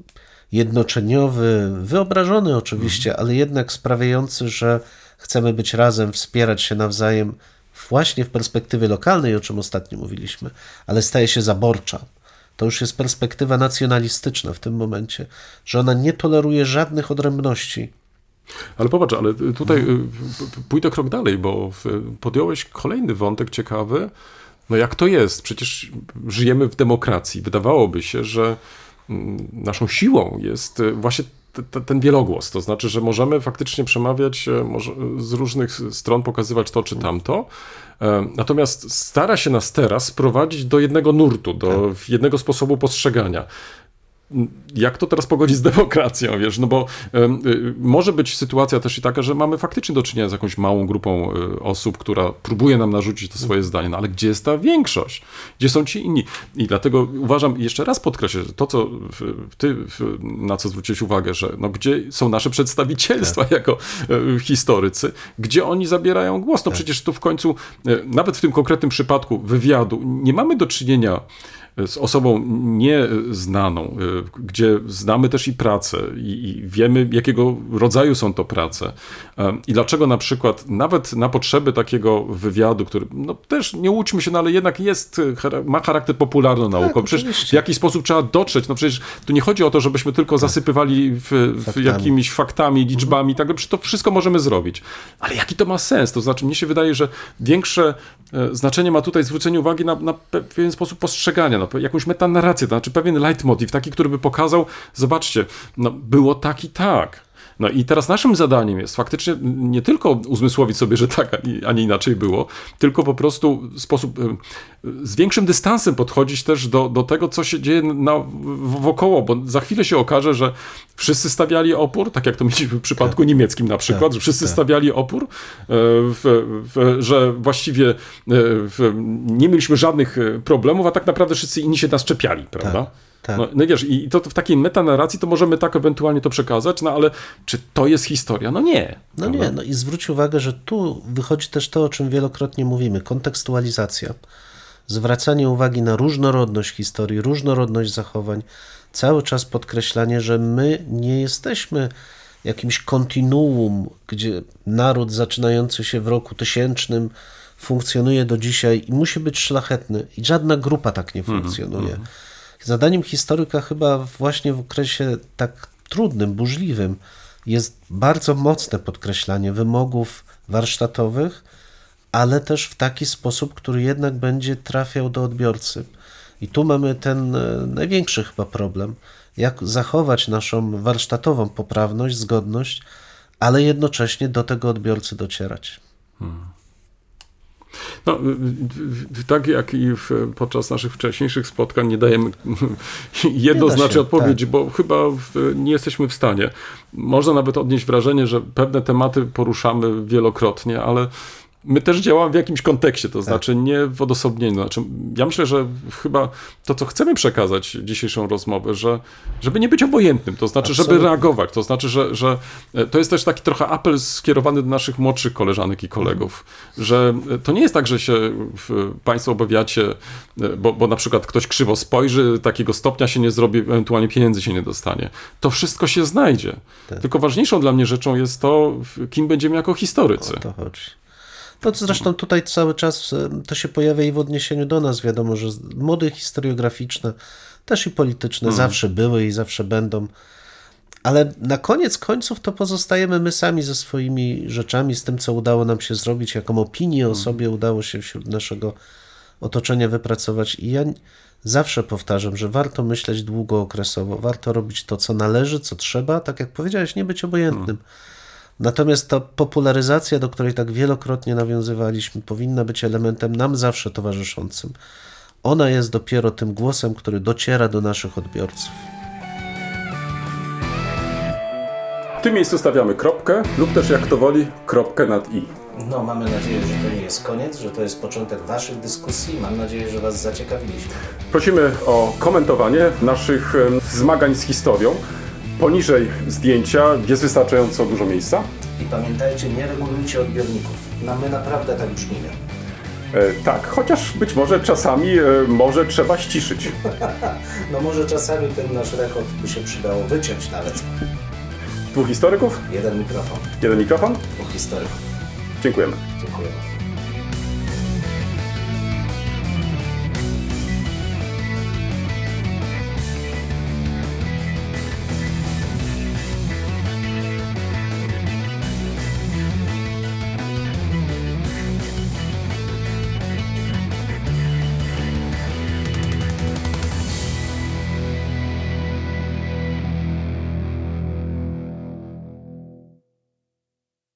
jednoczeniowy, wyobrażony oczywiście, ale jednak sprawiający, że chcemy być razem, wspierać się nawzajem właśnie w perspektywie lokalnej, o czym ostatnio mówiliśmy, ale staje się zaborcza. To już jest perspektywa nacjonalistyczna w tym momencie, że ona nie toleruje żadnych odrębności. Ale popatrz, ale tutaj pójdę krok dalej, bo podjąłeś kolejny wątek ciekawy. No jak to jest? Przecież żyjemy w demokracji. Wydawałoby się, że naszą siłą jest właśnie ten wielogłos. To znaczy, że możemy faktycznie przemawiać z różnych stron, pokazywać to czy tamto. Natomiast stara się nas teraz sprowadzić do jednego nurtu, do jednego sposobu postrzegania. Jak to teraz pogodzić z demokracją, wiesz, no bo może być sytuacja też i taka, że mamy faktycznie do czynienia z jakąś małą grupą osób, która próbuje nam narzucić to swoje zdanie, no ale gdzie jest ta większość? Gdzie są ci inni? I dlatego uważam, jeszcze raz podkreślę, że to, co na co zwróciłeś uwagę, że no gdzie są nasze przedstawicielstwa jako historycy, gdzie oni zabierają głos? No przecież tu w końcu, nawet w tym konkretnym przypadku wywiadu, nie mamy do czynienia z osobą nieznaną, gdzie znamy też i pracę i wiemy, jakiego rodzaju są to prace i dlaczego na przykład nawet na potrzeby takiego wywiadu, który no też nie łudźmy się, no ale jednak ma charakter popularno-naukowy. Tak, przecież w jakiś sposób trzeba dotrzeć. No przecież tu nie chodzi o to, żebyśmy tylko zasypywali jakimiś faktami, liczbami, tak, przecież to wszystko możemy zrobić. Ale jaki to ma sens? To znaczy mnie się wydaje, że większe znaczenie ma tutaj zwrócenie uwagi na pewien sposób postrzegania, jakąś metanarrację, to znaczy pewien leitmotiv, taki, który by pokazał, zobaczcie, no było tak i tak. No i teraz naszym zadaniem jest faktycznie nie tylko uzmysłowić sobie, że tak, a nie inaczej było, tylko po prostu w sposób z większym dystansem podchodzić też do tego, co się dzieje wokoło, bo za chwilę się okaże, że wszyscy stawiali opór, tak jak to mieliśmy w przypadku niemieckim na przykład, że wszyscy stawiali opór, że właściwie nie mieliśmy żadnych problemów, a tak naprawdę wszyscy inni się nas czepiali, prawda? Tak. No wiesz, i to w takiej metanarracji to możemy tak ewentualnie to przekazać, no ale czy to jest historia? No nie. No nie, no i zwróć uwagę, że tu wychodzi też to, o czym wielokrotnie mówimy, kontekstualizacja. Zwracanie uwagi na różnorodność historii, różnorodność zachowań, cały czas podkreślanie, że my nie jesteśmy jakimś kontinuum, gdzie naród zaczynający się w roku 1000 funkcjonuje do dzisiaj i musi być szlachetny i żadna grupa tak nie funkcjonuje. Zadaniem historyka chyba właśnie w okresie tak trudnym, burzliwym jest bardzo mocne podkreślanie wymogów warsztatowych, ale też w taki sposób, który jednak będzie trafiał do odbiorcy. I tu mamy ten największy chyba problem, jak zachować naszą warsztatową poprawność, zgodność, ale jednocześnie do tego odbiorcy docierać. No, tak jak i podczas naszych wcześniejszych spotkań nie dajemy jednoznacznej odpowiedzi, bo chyba nie jesteśmy w stanie. Można nawet odnieść wrażenie, że pewne tematy poruszamy wielokrotnie, ale my też działamy w jakimś kontekście, to znaczy nie w odosobnieniu. Znaczy, ja myślę, że chyba to, co chcemy przekazać dzisiejszą rozmowę, żeby nie być obojętnym, to znaczy, żeby reagować, to znaczy, że to jest też taki trochę apel skierowany do naszych młodszych koleżanek i kolegów, że to nie jest tak, że się państwo obawiacie, bo na przykład ktoś krzywo spojrzy, takiego stopnia się nie zrobi, ewentualnie pieniędzy się nie dostanie. To wszystko się znajdzie. Tylko ważniejszą dla mnie rzeczą jest to, kim będziemy jako historycy. O to chodzi. No to zresztą tutaj cały czas to się pojawia i w odniesieniu do nas. Wiadomo, że mody historiograficzne, też i polityczne zawsze były i zawsze będą. Ale na koniec końców to pozostajemy my sami ze swoimi rzeczami, z tym, co udało nam się zrobić, jaką opinię o sobie udało się wśród naszego otoczenia wypracować. I ja zawsze powtarzam, że warto myśleć długookresowo, warto robić to, co należy, co trzeba, tak jak powiedziałeś, nie być obojętnym. Natomiast ta popularyzacja, do której tak wielokrotnie nawiązywaliśmy, powinna być elementem nam zawsze towarzyszącym. Ona jest dopiero tym głosem, który dociera do naszych odbiorców. W tym miejscu stawiamy kropkę lub też, jak to woli, kropkę nad i. No, mamy nadzieję, że to nie jest koniec, że to jest początek waszych dyskusji. Mam nadzieję, że was zaciekawiliśmy. Prosimy o komentowanie naszych zmagań z historią. Poniżej zdjęcia jest wystarczająco dużo miejsca. I pamiętajcie, nie regulujcie odbiorników. No, my naprawdę tak brzmimy. Tak, chociaż być może czasami może trzeba ściszyć. No może czasami ten nasz rekord by się przydało wyciąć nawet. 2 historyków, Jeden mikrofon. 1 mikrofon. 2 historyków. Dziękujemy. Dziękujemy.